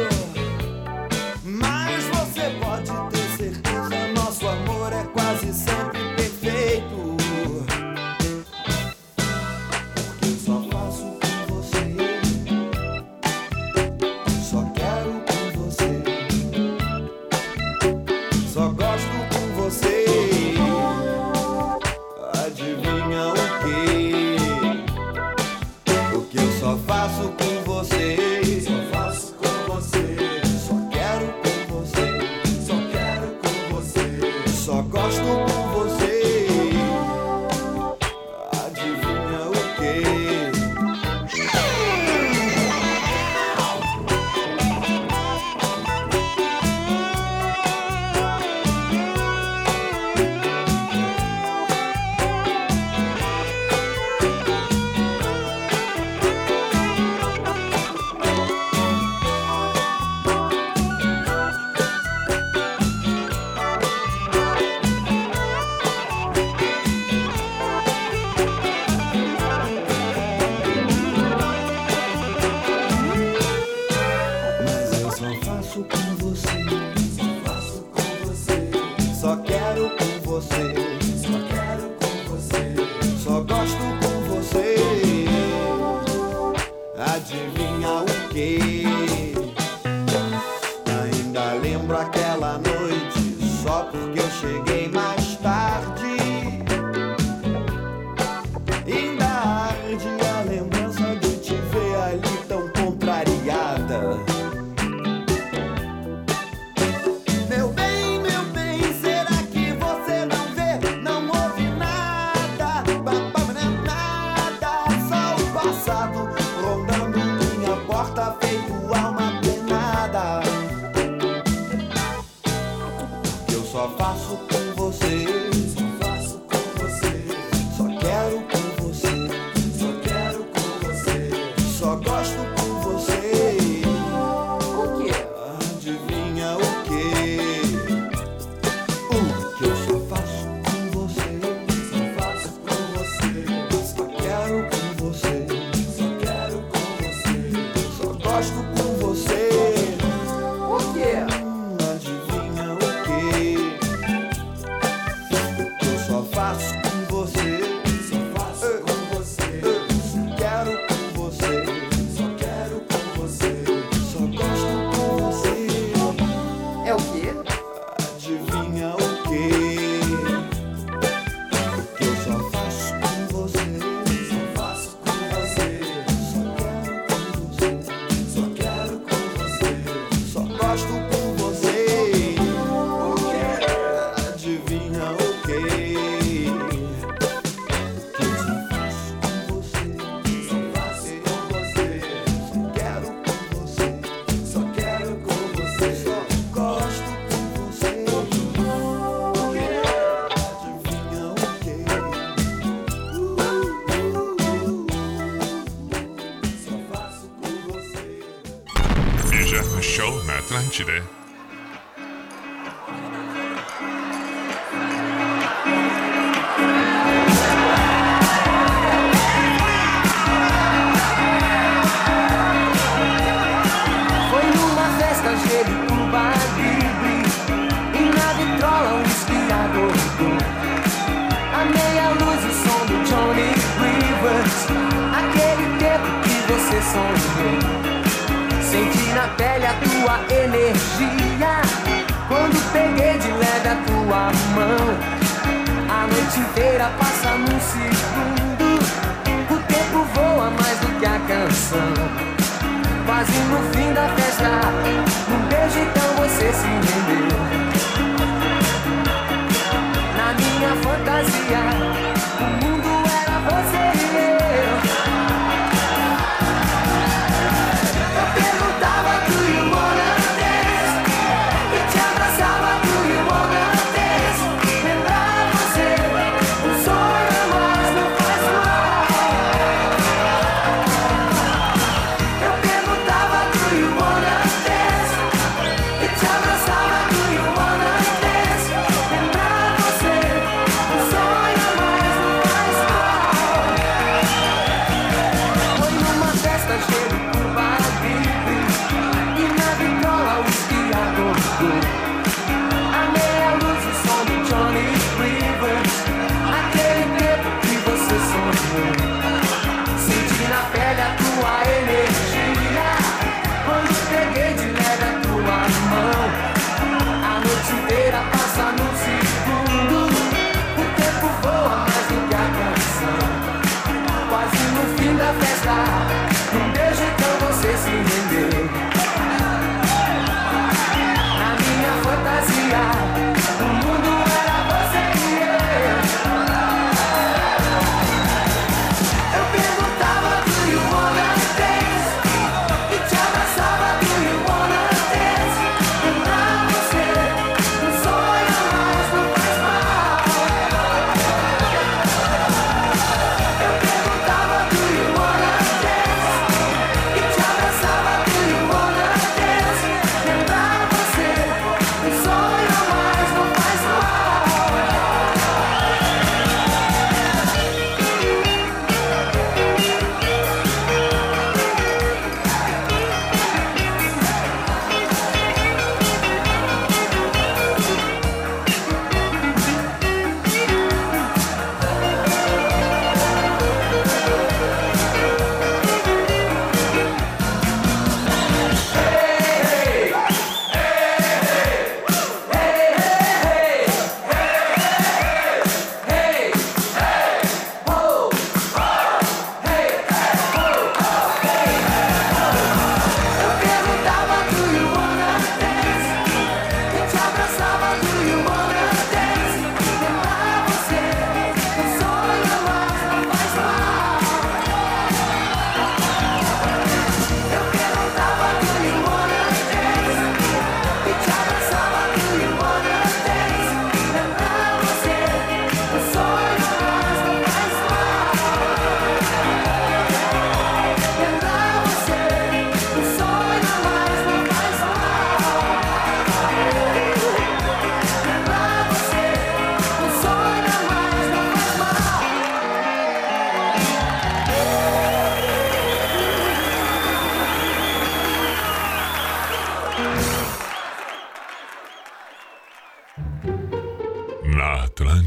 mas você pode ter certeza, nosso amor é quase sempre perfeito. quê? Ainda lembro aquela noite, só porque eu cheguei mais tarde. Ainda arde a lembrança de te ver ali tão contrariada. Meu bem, será que você não vê? Não ouve nada, nada. Só o passado rondando minha porta, feito alma penada. Que eu só faço com você, só faço com você, só quero com você, só quero com você, só gosto com você. O que? Adivinha o que? O que eu só faço com você, só faço com você, só quero com você, só quero com você, só gosto com você. O que? Adivinha o que? Eu só faço com você, só faço com você, só quero com você, só quero com você, só gosto com você. É o quê? Adivinha o quê? Que eu só faço com você, só faço com você, só quero com você, só quero com você, só gosto com você. O quê? Adivinha o quê? Que eu só faço com você, só faço com você, só quero com você, só quero com você, só gosto com você. O quê? Adivinha o quê? Só faço com você. Pijama Show na Atlântida. Foi numa festa cheia de Cuba Libre e na vitrola um esquiador. A meia luz, o som do Johnny Rivers, aquele tempo que você sonhou. Senti na pele a tua energia quando peguei de leve a tua mão. A noite inteira passa num segundo, o tempo voa mais do que a canção. Quase no fim da festa, num beijo então você se rendeu. Na minha fantasia, o mundo era você e eu. Eu perguntava do you wanna dance e te abraçava do you wanna dance. Lembrar você, um sonho mas não faz mal. Eu perguntava do you wanna dance e te abraçava do you wanna dance. Lembrar você, um sonho mas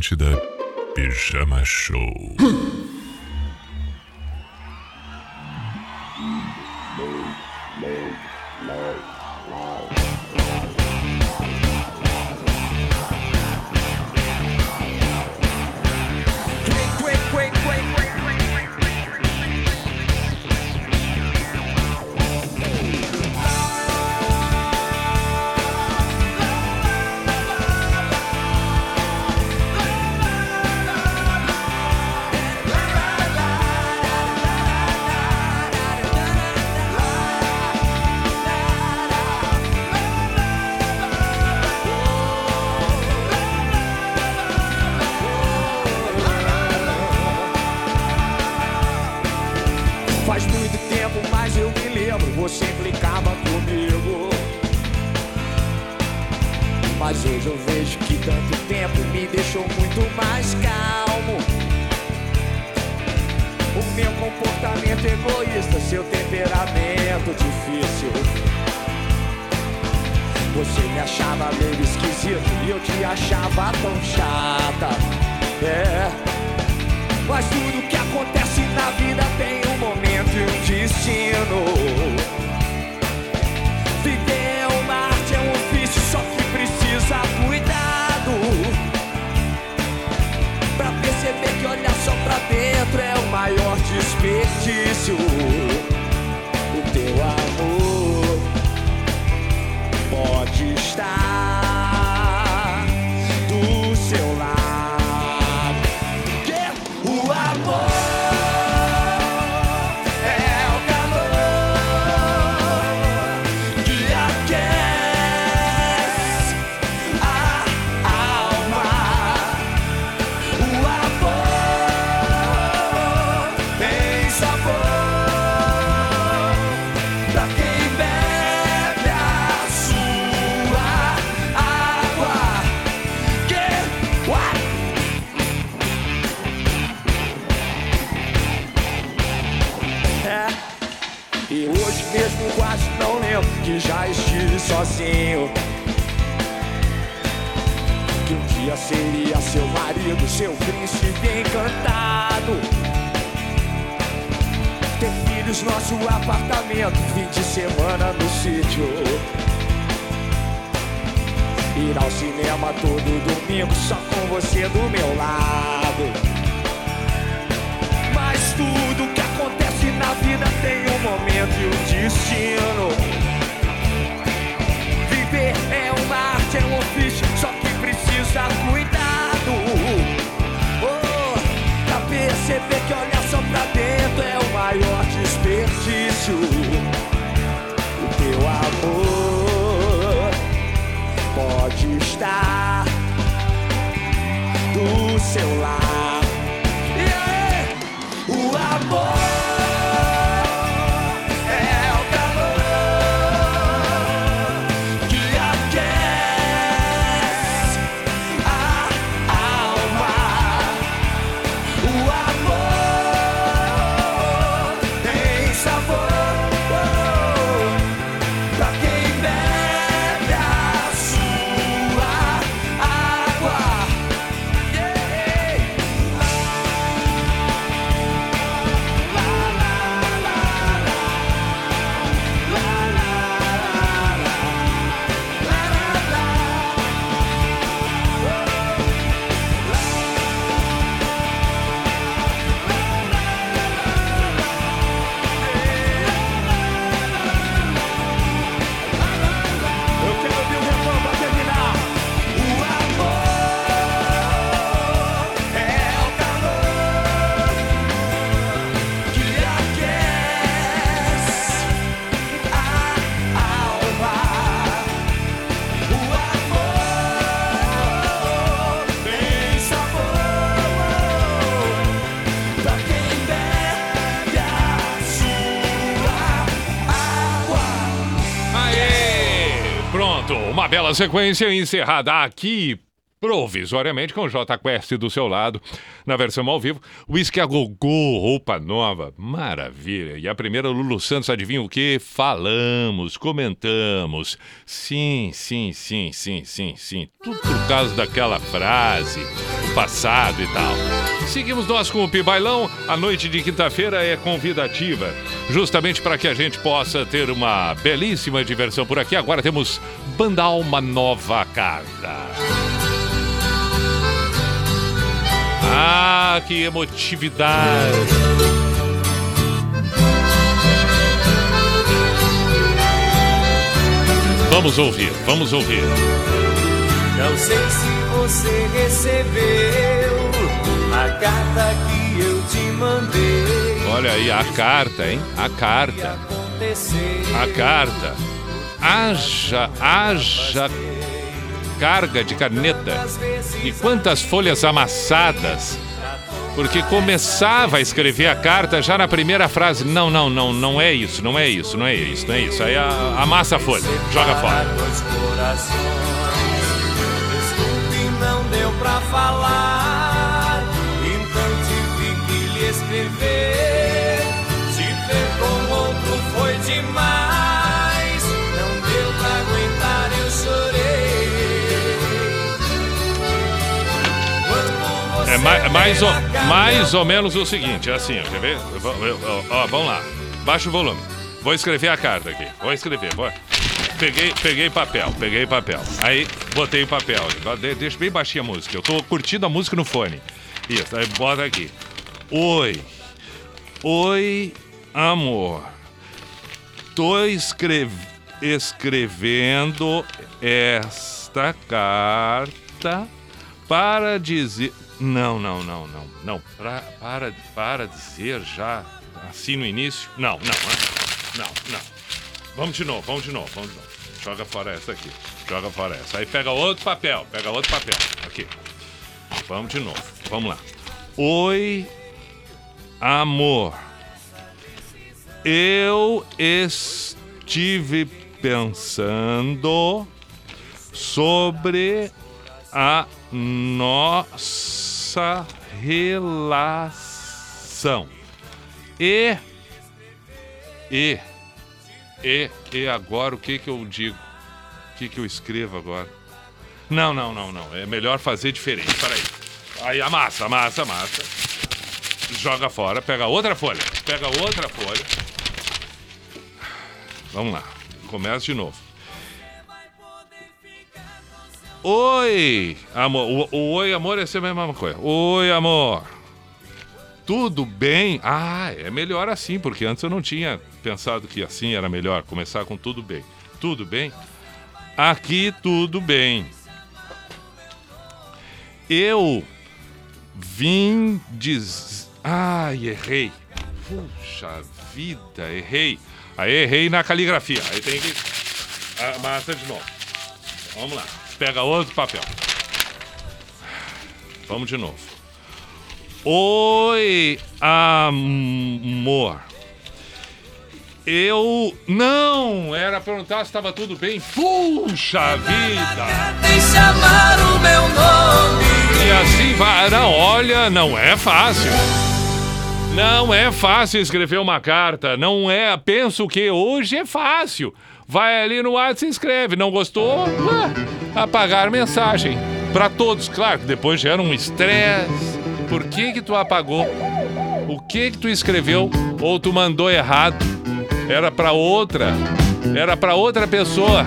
Atlântida Pijama Show. Faz muito tempo, mas eu me lembro, você implicava comigo. Mas hoje eu vejo que tanto tempo me deixou muito mais calmo. O meu comportamento egoísta, seu temperamento difícil. Você me achava meio esquisito e eu te achava tão chata. Mas tudo que acontece na vida tem um momento e um destino. Viver é uma arte, é um ofício, só que precisa cuidado. Pra perceber que olhar só pra dentro é o maior desperdício. O teu amor pode estar do seu lado. O amor é o calor que aquece a alma. O amor tem sabor pra quem bebe a sua água. E hoje mesmo quase não lembro que já estive sozinho. Que um dia seria seu marido, seu príncipe encantado. Ter filhos, nosso apartamento, fim de semana no sítio. Ir ao cinema todo domingo, só com você do meu lado. Mas tudo que acontece na vida tem um momento e um destino. Viver é uma arte, é um ofício, só que precisa cuidado. Pra perceber que olhar só pra dentro é o maior desperdício. O teu amor pode estar do seu lado. O amor é o calor que aquece a alma. O amor tem sabor pra quem bebe a sua água. Uma bela sequência encerrada aqui provisoriamente com o J Quest do seu lado, na versão ao vivo. Whisky a Gogô, roupa nova, maravilha. E a primeira, Lulu Santos, adivinha o que? Falamos, comentamos. Sim. Tudo por causa daquela frase, do passado e tal. Seguimos nós com o Pibailão. A noite de quinta-feira é convidativa, justamente para que a gente possa ter uma belíssima diversão por aqui. Agora temos Banda Alma Nova Carta. Ah, que emotividade! Vamos ouvir. Não sei se você recebeu a carta que eu te mandei. Olha aí a carta, hein? A carta. Haja carga de caneta. E quantas folhas amassadas. Porque começava a escrever a carta já na primeira frase. Não é isso. Aí amassa a folha, joga fora. Desculpe, não deu pra falar, então tive que lhe escrever. Se ver com outro foi demais, não deu pra aguentar, eu chorei. É mais ou menos o seguinte, é assim, quer ver? Vamos lá, baixa o volume. Vou escrever a carta aqui, Peguei papel. Aí botei o papel. Deixa bem baixinha a música. Eu tô curtindo a música no fone. Isso, aí bota aqui. Oi, amor. Tô escrevendo esta carta para dizer... Não. Para dizer já assim no início? Não. Vamos de novo. Joga fora essa aqui. Aí pega outro papel. Aqui. Vamos de novo. Vamos lá. Oi, amor. Eu estive pensando sobre a nossa relação. E agora o que eu digo? O que eu escrevo agora? Não. É melhor fazer diferente. Peraí. Aí amassa. Joga fora. Pega outra folha. Vamos lá. Começa de novo. Oi, amor. O oi, amor, é sempre a mesma coisa. Oi, amor. Tudo bem? Ah, é melhor assim, porque antes eu não tinha pensado que assim era melhor. Começar com tudo bem. Tudo bem? Aqui tudo bem. Eu vim dizer... Ai, errei. Puxa vida, errei. Aí errei na caligrafia. Aí tem que... Amassa de novo. Vamos lá. Pega outro papel. Vamos de novo. Oi, amor. Eu não era perguntar se estava tudo bem. Puxa vida! Tem chamar o meu nome. E assim vai. Não, olha, não é fácil. Não é fácil escrever uma carta. Não é. Penso que hoje é fácil. Vai ali no WhatsApp e escreve. Não gostou? Apagar mensagem. Pra todos, claro que depois gera um estresse. Por que tu apagou? O que tu escreveu? Ou tu mandou errado? Era pra outra pessoa.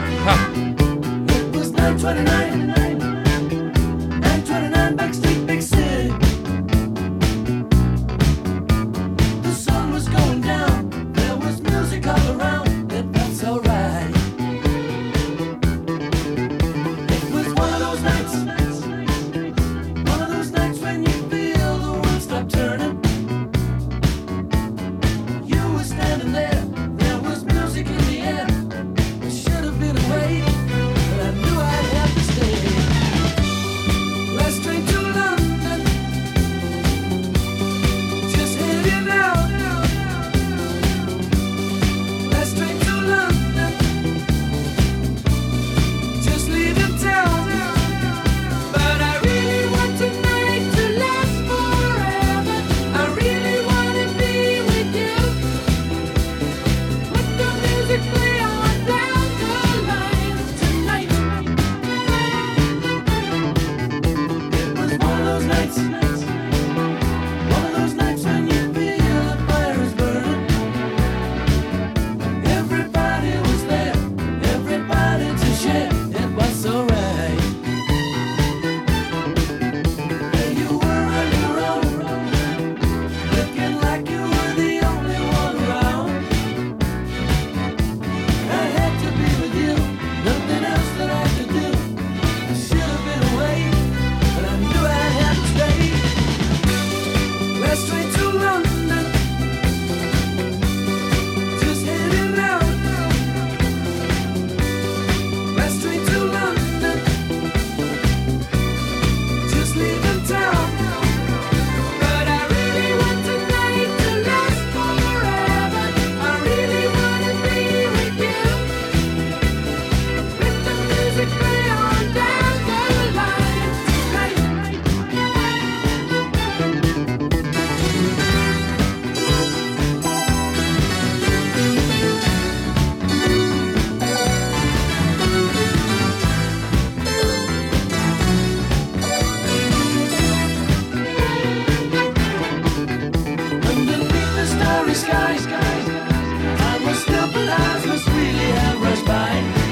cloudy sky. Time was still, but eyes must really have rushed by.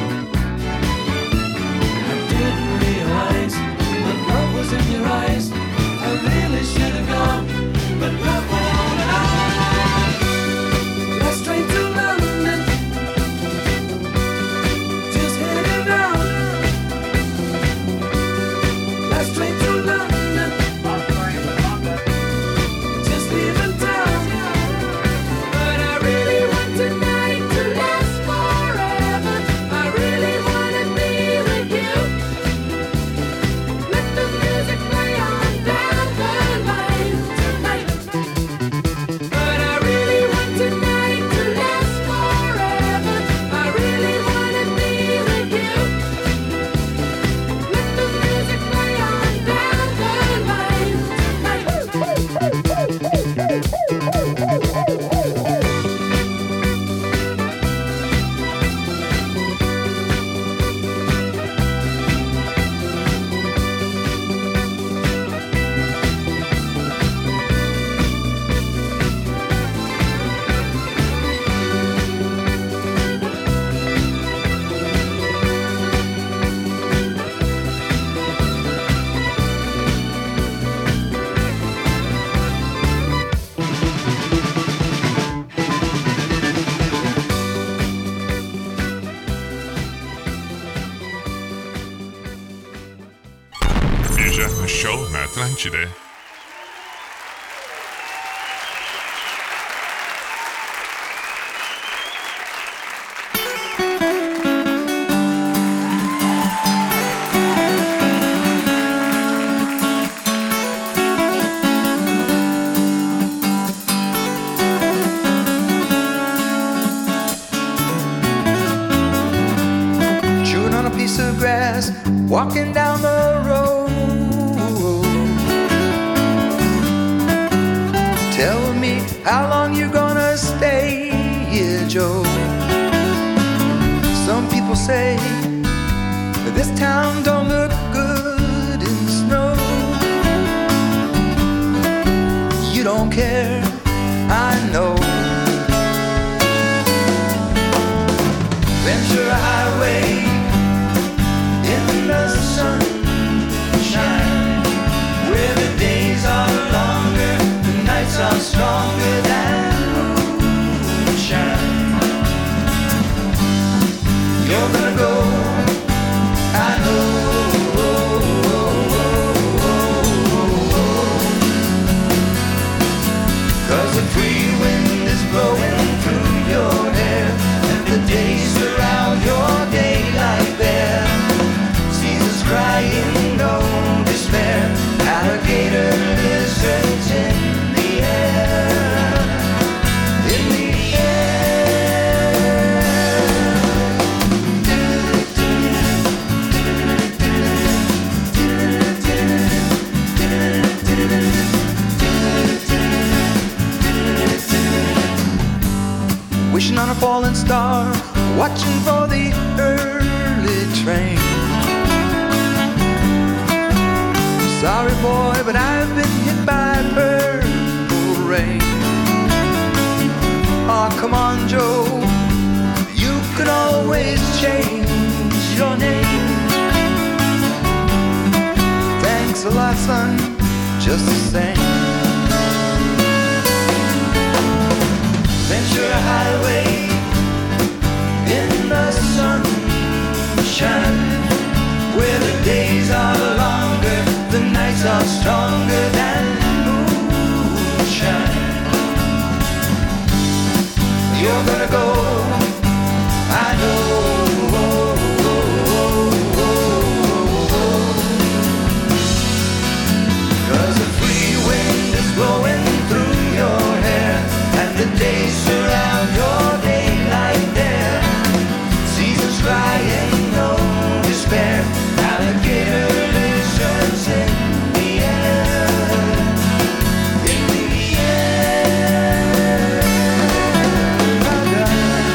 I didn't realize what love was in your eyes. I really should have gone, but love won't allow. Last train to London, just heading out. Last train to London, just leaving town. But I really want tonight to last forever. I really wanna be with you. Let the music play on down the line tonight. But I really want tonight to last forever. I really wanna be with you. Let the music play on down the line Pijama Show na Atlântida. Chewing on a piece of grass, walking down the road. Tell me how long you gonna stay here, Joe. Some people say that this town don't look good in snow. You don't care, I know. Ventura Highway in the sunshine, where the days are longer, the nights are stronger than moonshine. You're gonna go, I know. 'Cause the free wind is blowing through your hair, and the days around your daylight there. Caesar's crying, no despair. Alligator lizards in the air, in the wishing on a falling star, watching for the early train. Sorry boy, but I've been hit by purple rain. Oh, come on, Joe, you could always change your name. Thanks a lot, son, just the same. Ventura Highway in the sunshine, where the days are longer, the nights are stronger than moonshine. You're gonna go, I know. 'Cause the free wind is blowing through your hair, and the days surround your daylight there. Caesar's crying, no despair. Alligator lizards in the air, in the air.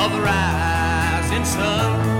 of the rising sun.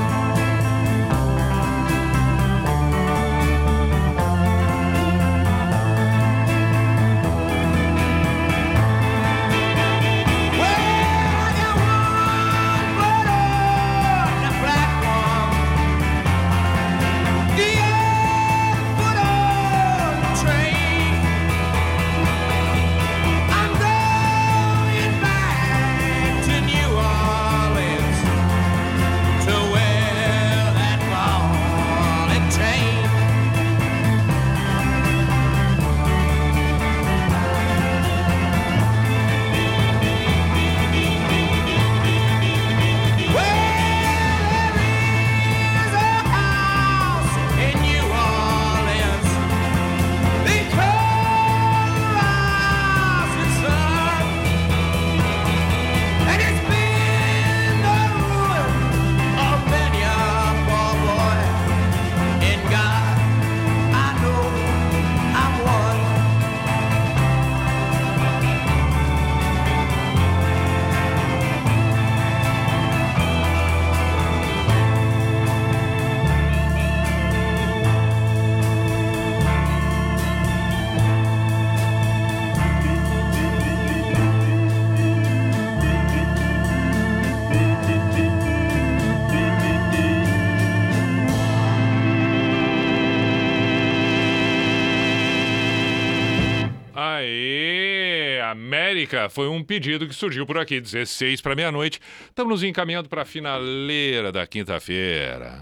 Foi um pedido que surgiu por aqui, 16 para meia-noite. Estamos nos encaminhando para a finaleira da quinta-feira.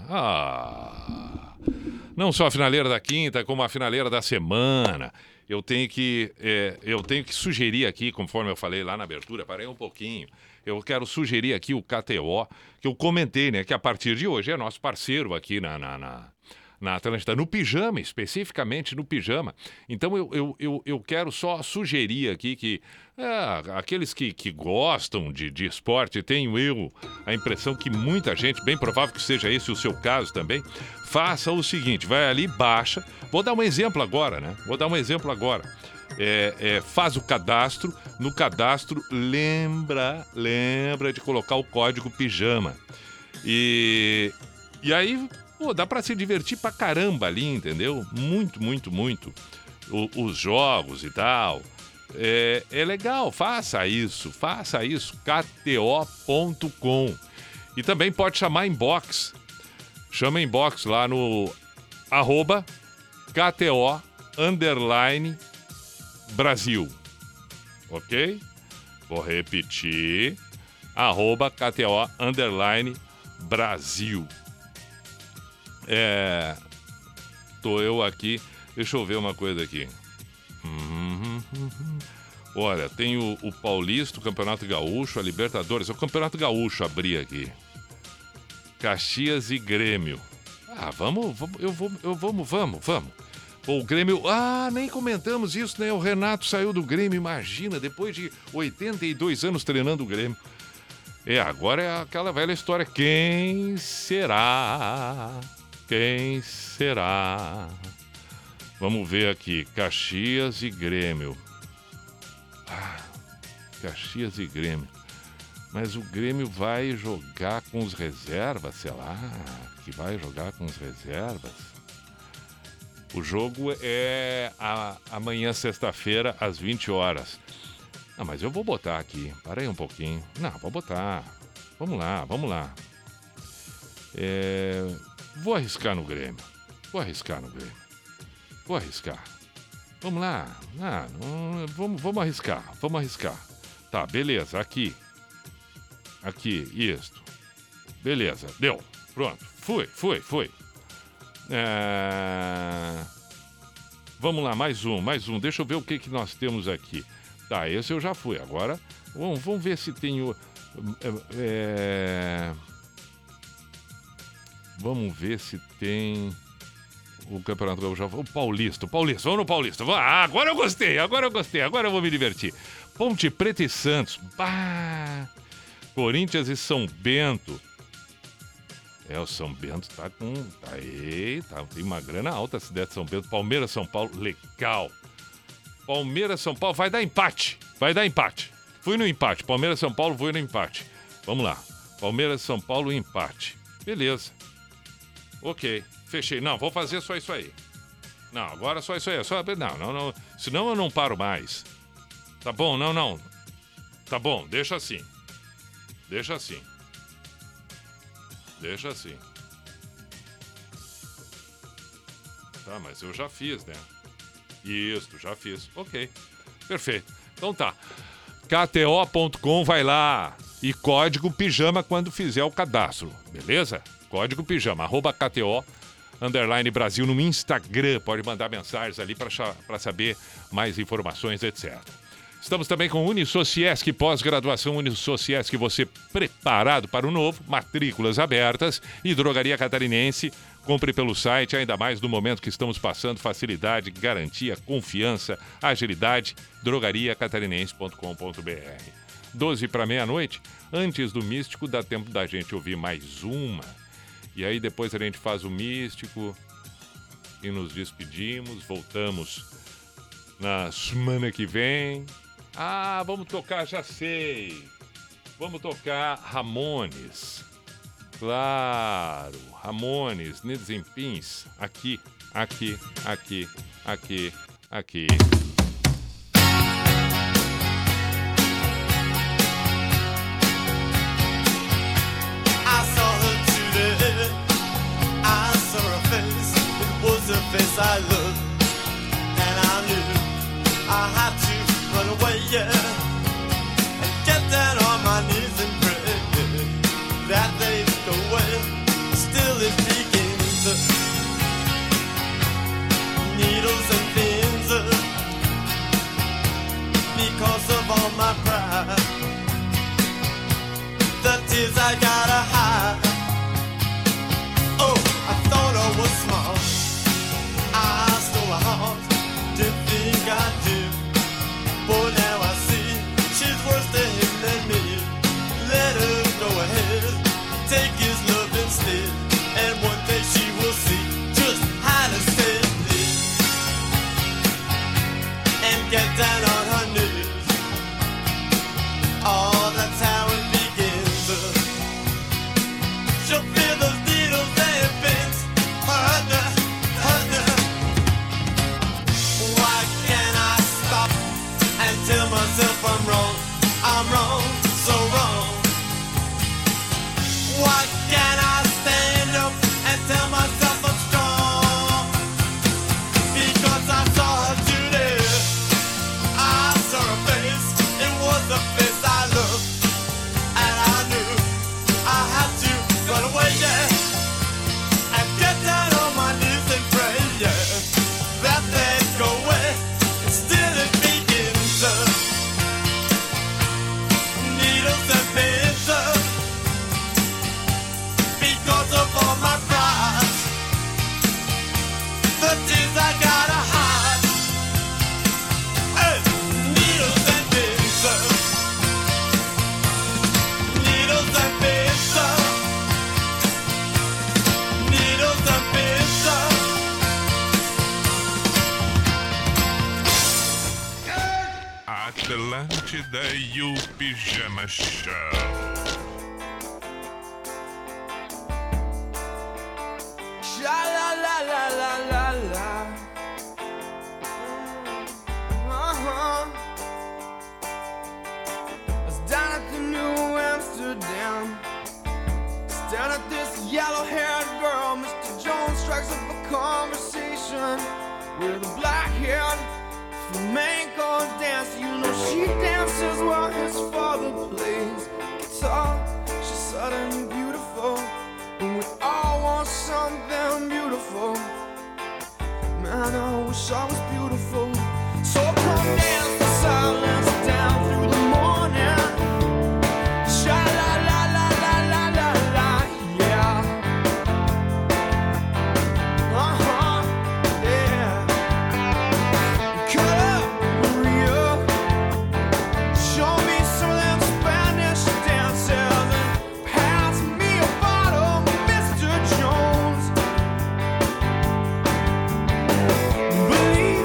Não só a finaleira da quinta, como a finaleira da semana. Eu tenho que sugerir aqui, conforme eu falei lá na abertura, parei um pouquinho. Eu quero sugerir aqui o KTO, que eu comentei, né? Que a partir de hoje é nosso parceiro aqui na Atlântida, no Pijama, especificamente no Pijama. Então eu quero só sugerir aqui que aqueles que gostam de esporte, tenho a impressão que muita gente, bem provável que seja esse o seu caso também, faça o seguinte, vai ali, baixa, vou dar um exemplo agora, né? Faz o cadastro, no cadastro lembra de colocar o código Pijama. E aí... Pô, dá pra se divertir pra caramba ali, entendeu? Muito, muito, muito. Os jogos e tal. É legal, faça isso. KTO.com. E também pode chamar inbox. Chama inbox lá no @KTO_Brasil. Ok? Vou repetir. @KTO_Brasil. Tô eu aqui. Deixa eu ver uma coisa aqui. Olha, tem o Paulista, o Campeonato Gaúcho, a Libertadores. O Campeonato Gaúcho abri aqui. Caxias e Grêmio. Vamos. Pô, o Grêmio... nem comentamos isso, né? O Renato saiu do Grêmio, imagina, depois de 82 anos treinando o Grêmio. Agora é aquela velha história. Quem será? Vamos ver aqui. Caxias e Grêmio. Caxias e Grêmio. Mas o Grêmio vai jogar com os reservas, sei lá. Que vai jogar com os reservas. O jogo é amanhã, sexta-feira, às 20 horas. Mas eu vou botar aqui. Para aí um pouquinho. Não, vou botar. Vamos lá. Vou arriscar no Grêmio. Vamos lá. Vamos arriscar. Tá, beleza. Aqui, isto. Beleza, deu. Pronto. Foi. Vamos lá, mais um. Deixa eu ver o que nós temos aqui. Tá, esse eu já fui. Agora, vamos ver se tem o... Vamos ver se tem o Campeonato Gaúcho. O Paulista. Vamos no Paulista. Agora eu gostei. Agora eu vou me divertir. Ponte Preta e Santos. Corinthians e São Bento. O São Bento tá com... tem uma grana alta a cidade de São Bento. Palmeiras, São Paulo. Legal. Palmeiras, São Paulo. Vai dar empate. Fui no empate. Palmeiras, São Paulo, fui no empate. Vamos lá. Palmeiras e São Paulo, empate. Beleza. Ok, fechei. Não, vou fazer só isso aí. Não, agora só isso aí. Não. Senão eu não paro mais. Tá bom, não. Tá bom, deixa assim. Deixa assim. Tá, mas eu já fiz, né? Isso, já fiz. Ok, perfeito. Então tá. KTO.com, vai lá. E código pijama quando fizer o cadastro, beleza? Código pijama, @KTO _Brasil no Instagram. Pode mandar mensagens ali para saber mais informações, etc. Estamos também com Unisociesc, pós-graduação Unisociesc, você preparado para o novo, matrículas abertas e Drogaria Catarinense. Compre pelo site, ainda mais no momento que estamos passando, facilidade, garantia, confiança, agilidade, drogariacatarinense.com.br. 12 para meia-noite, antes do Místico, dá tempo da gente ouvir mais uma. E aí depois a gente faz o Místico e nos despedimos, voltamos na semana que vem. Ah, vamos tocar, já sei. Vamos tocar Ramones. Claro, Ramones, Needs and Pins, aqui. The face I looked, and I knew I had to run away, yeah, and get down on my knees and pray that they'd go away. Still it begins, needles and pins, because of all my pride, the tears I gotta hide. Oh, I thought I was smart, I stole her heart, didn't think I did. But now I see she's worse to him than me. Let her go ahead, take his love instead, and one day she will see just how to say this, and get down on her knees. Oh, that's how it begins. She'll feel those needles and pins hurt her. Tell myself I'm wrong, so wrong. Why can't I stand up and tell myself I'm strong? Because I saw her today, I saw her face, it was the face I loved, and I knew I had to run away, yeah, and get down on my knees and pray, yeah, that they'd go away, and still it begins. Needles and pins, because of all my pride, the tears I gotta hide. Hey, needles and pins, needles and pins, needles and pins. Atlântida e o Pijama Show. Sha-la-la-la-la-la-la. I was down at the New Amsterdam, staring at this yellow-haired girl. Mr. Jones strikes up a conversation with a black-haired flamenco dance. You know she dances while his father plays guitar. She's sudden and beautiful, and we all want something beautiful. Man, I wish I was beautiful. So come dance the silence down through the morning. Sha-la-la-la-la-la-la-la, yeah. Yeah. Cut up Maria, show me some of them Spanish dances, and pass me a bottle, Mr. Jones. Believe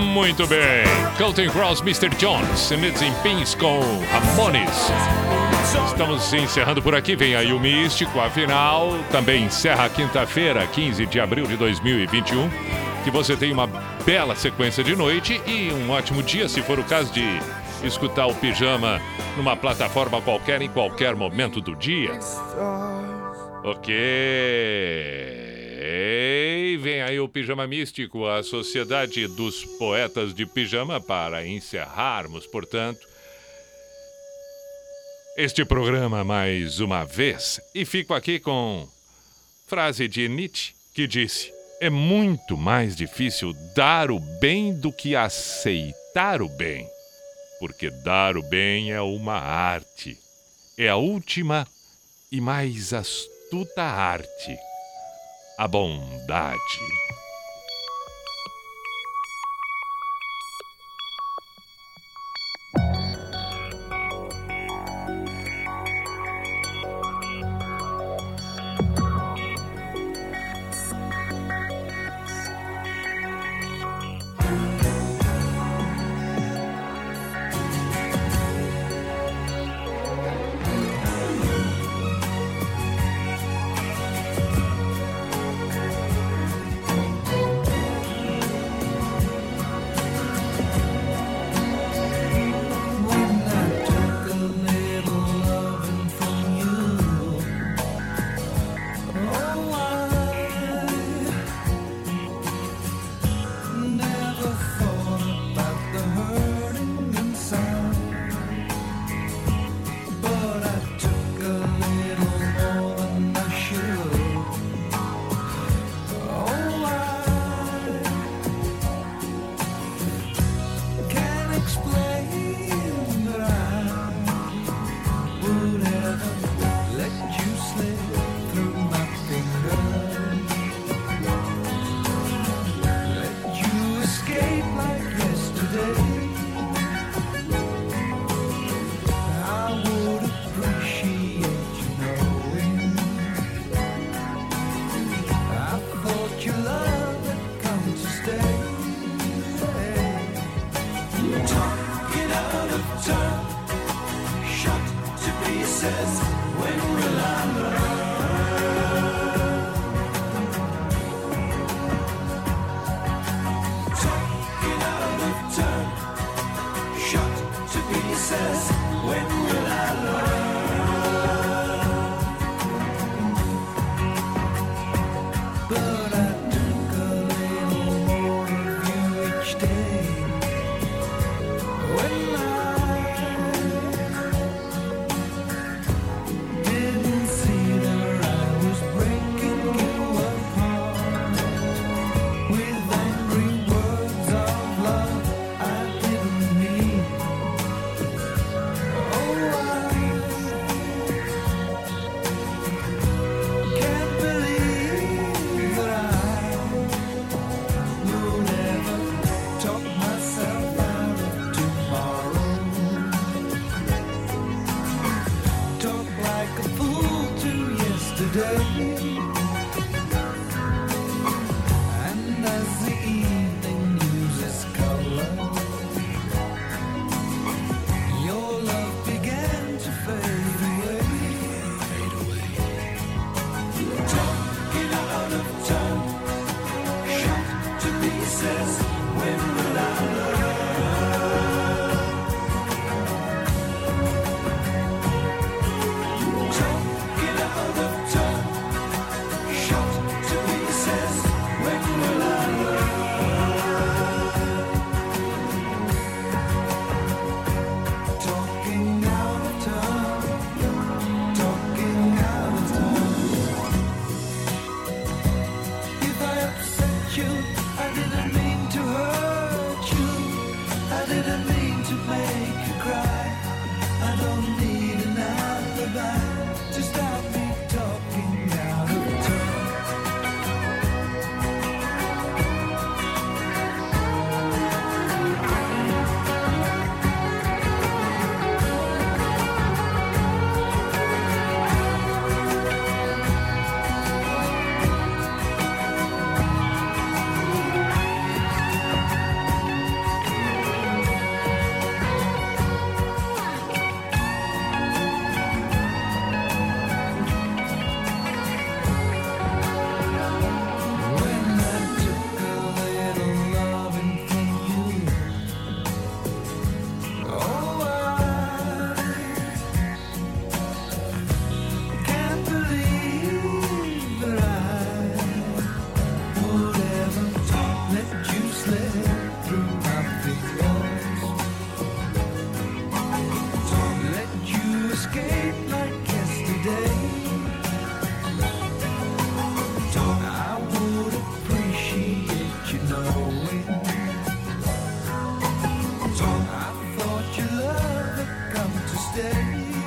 Muito bem. Counting Cross, Mr. Jones, Needs in Pins com Ramones. Estamos encerrando por aqui. Vem aí o Místico, afinal. Também encerra a quinta-feira, 15 de abril de 2021. Que você tenha uma bela sequência de noite e um ótimo dia, se for o caso de escutar o Pijama numa plataforma qualquer, em qualquer momento do dia. Ok. Vem aí o Pijama Místico, a Sociedade dos Poetas de Pijama, para encerrarmos, portanto, este programa mais uma vez. E fico aqui com frase de Nietzsche, que disse: é muito mais difícil dar o bem do que aceitar o bem, porque dar o bem é uma arte. É a última e mais astuta arte, a bondade. nothing else. Don't let you escape like yesterday. I would appreciate you knowing. I thought your love had come to stay.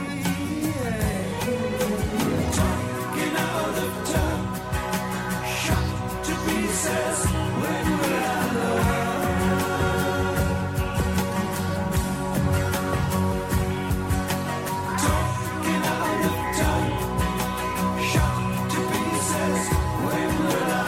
Talking out of time, shot to pieces. When will I love? Talking out of time, shot to pieces. When will I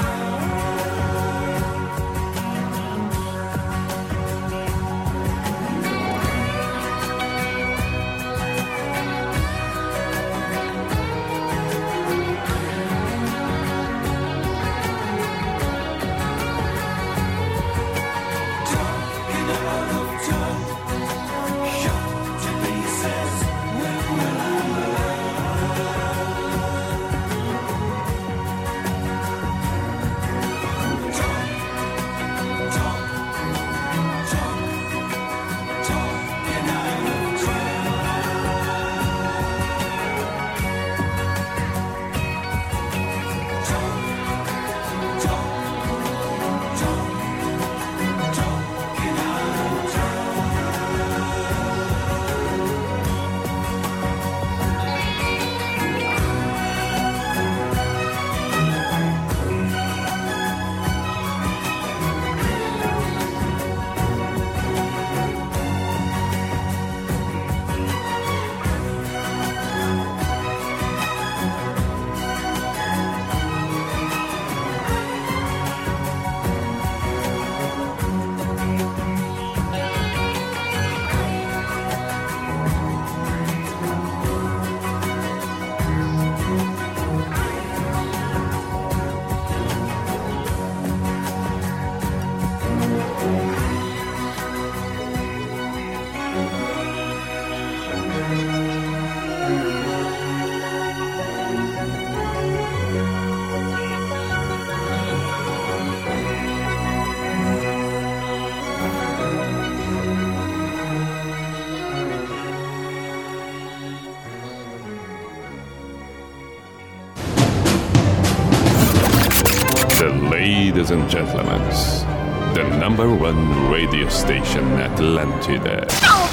Ladies and gentlemen, the number one radio station, Atlantida.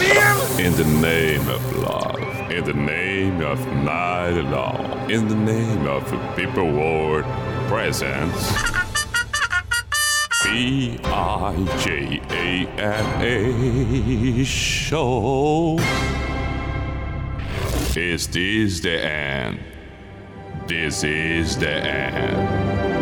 In the name of love, in the name of night long, in the name of people world presence. PIJAMA show. Is this the end? This is the end.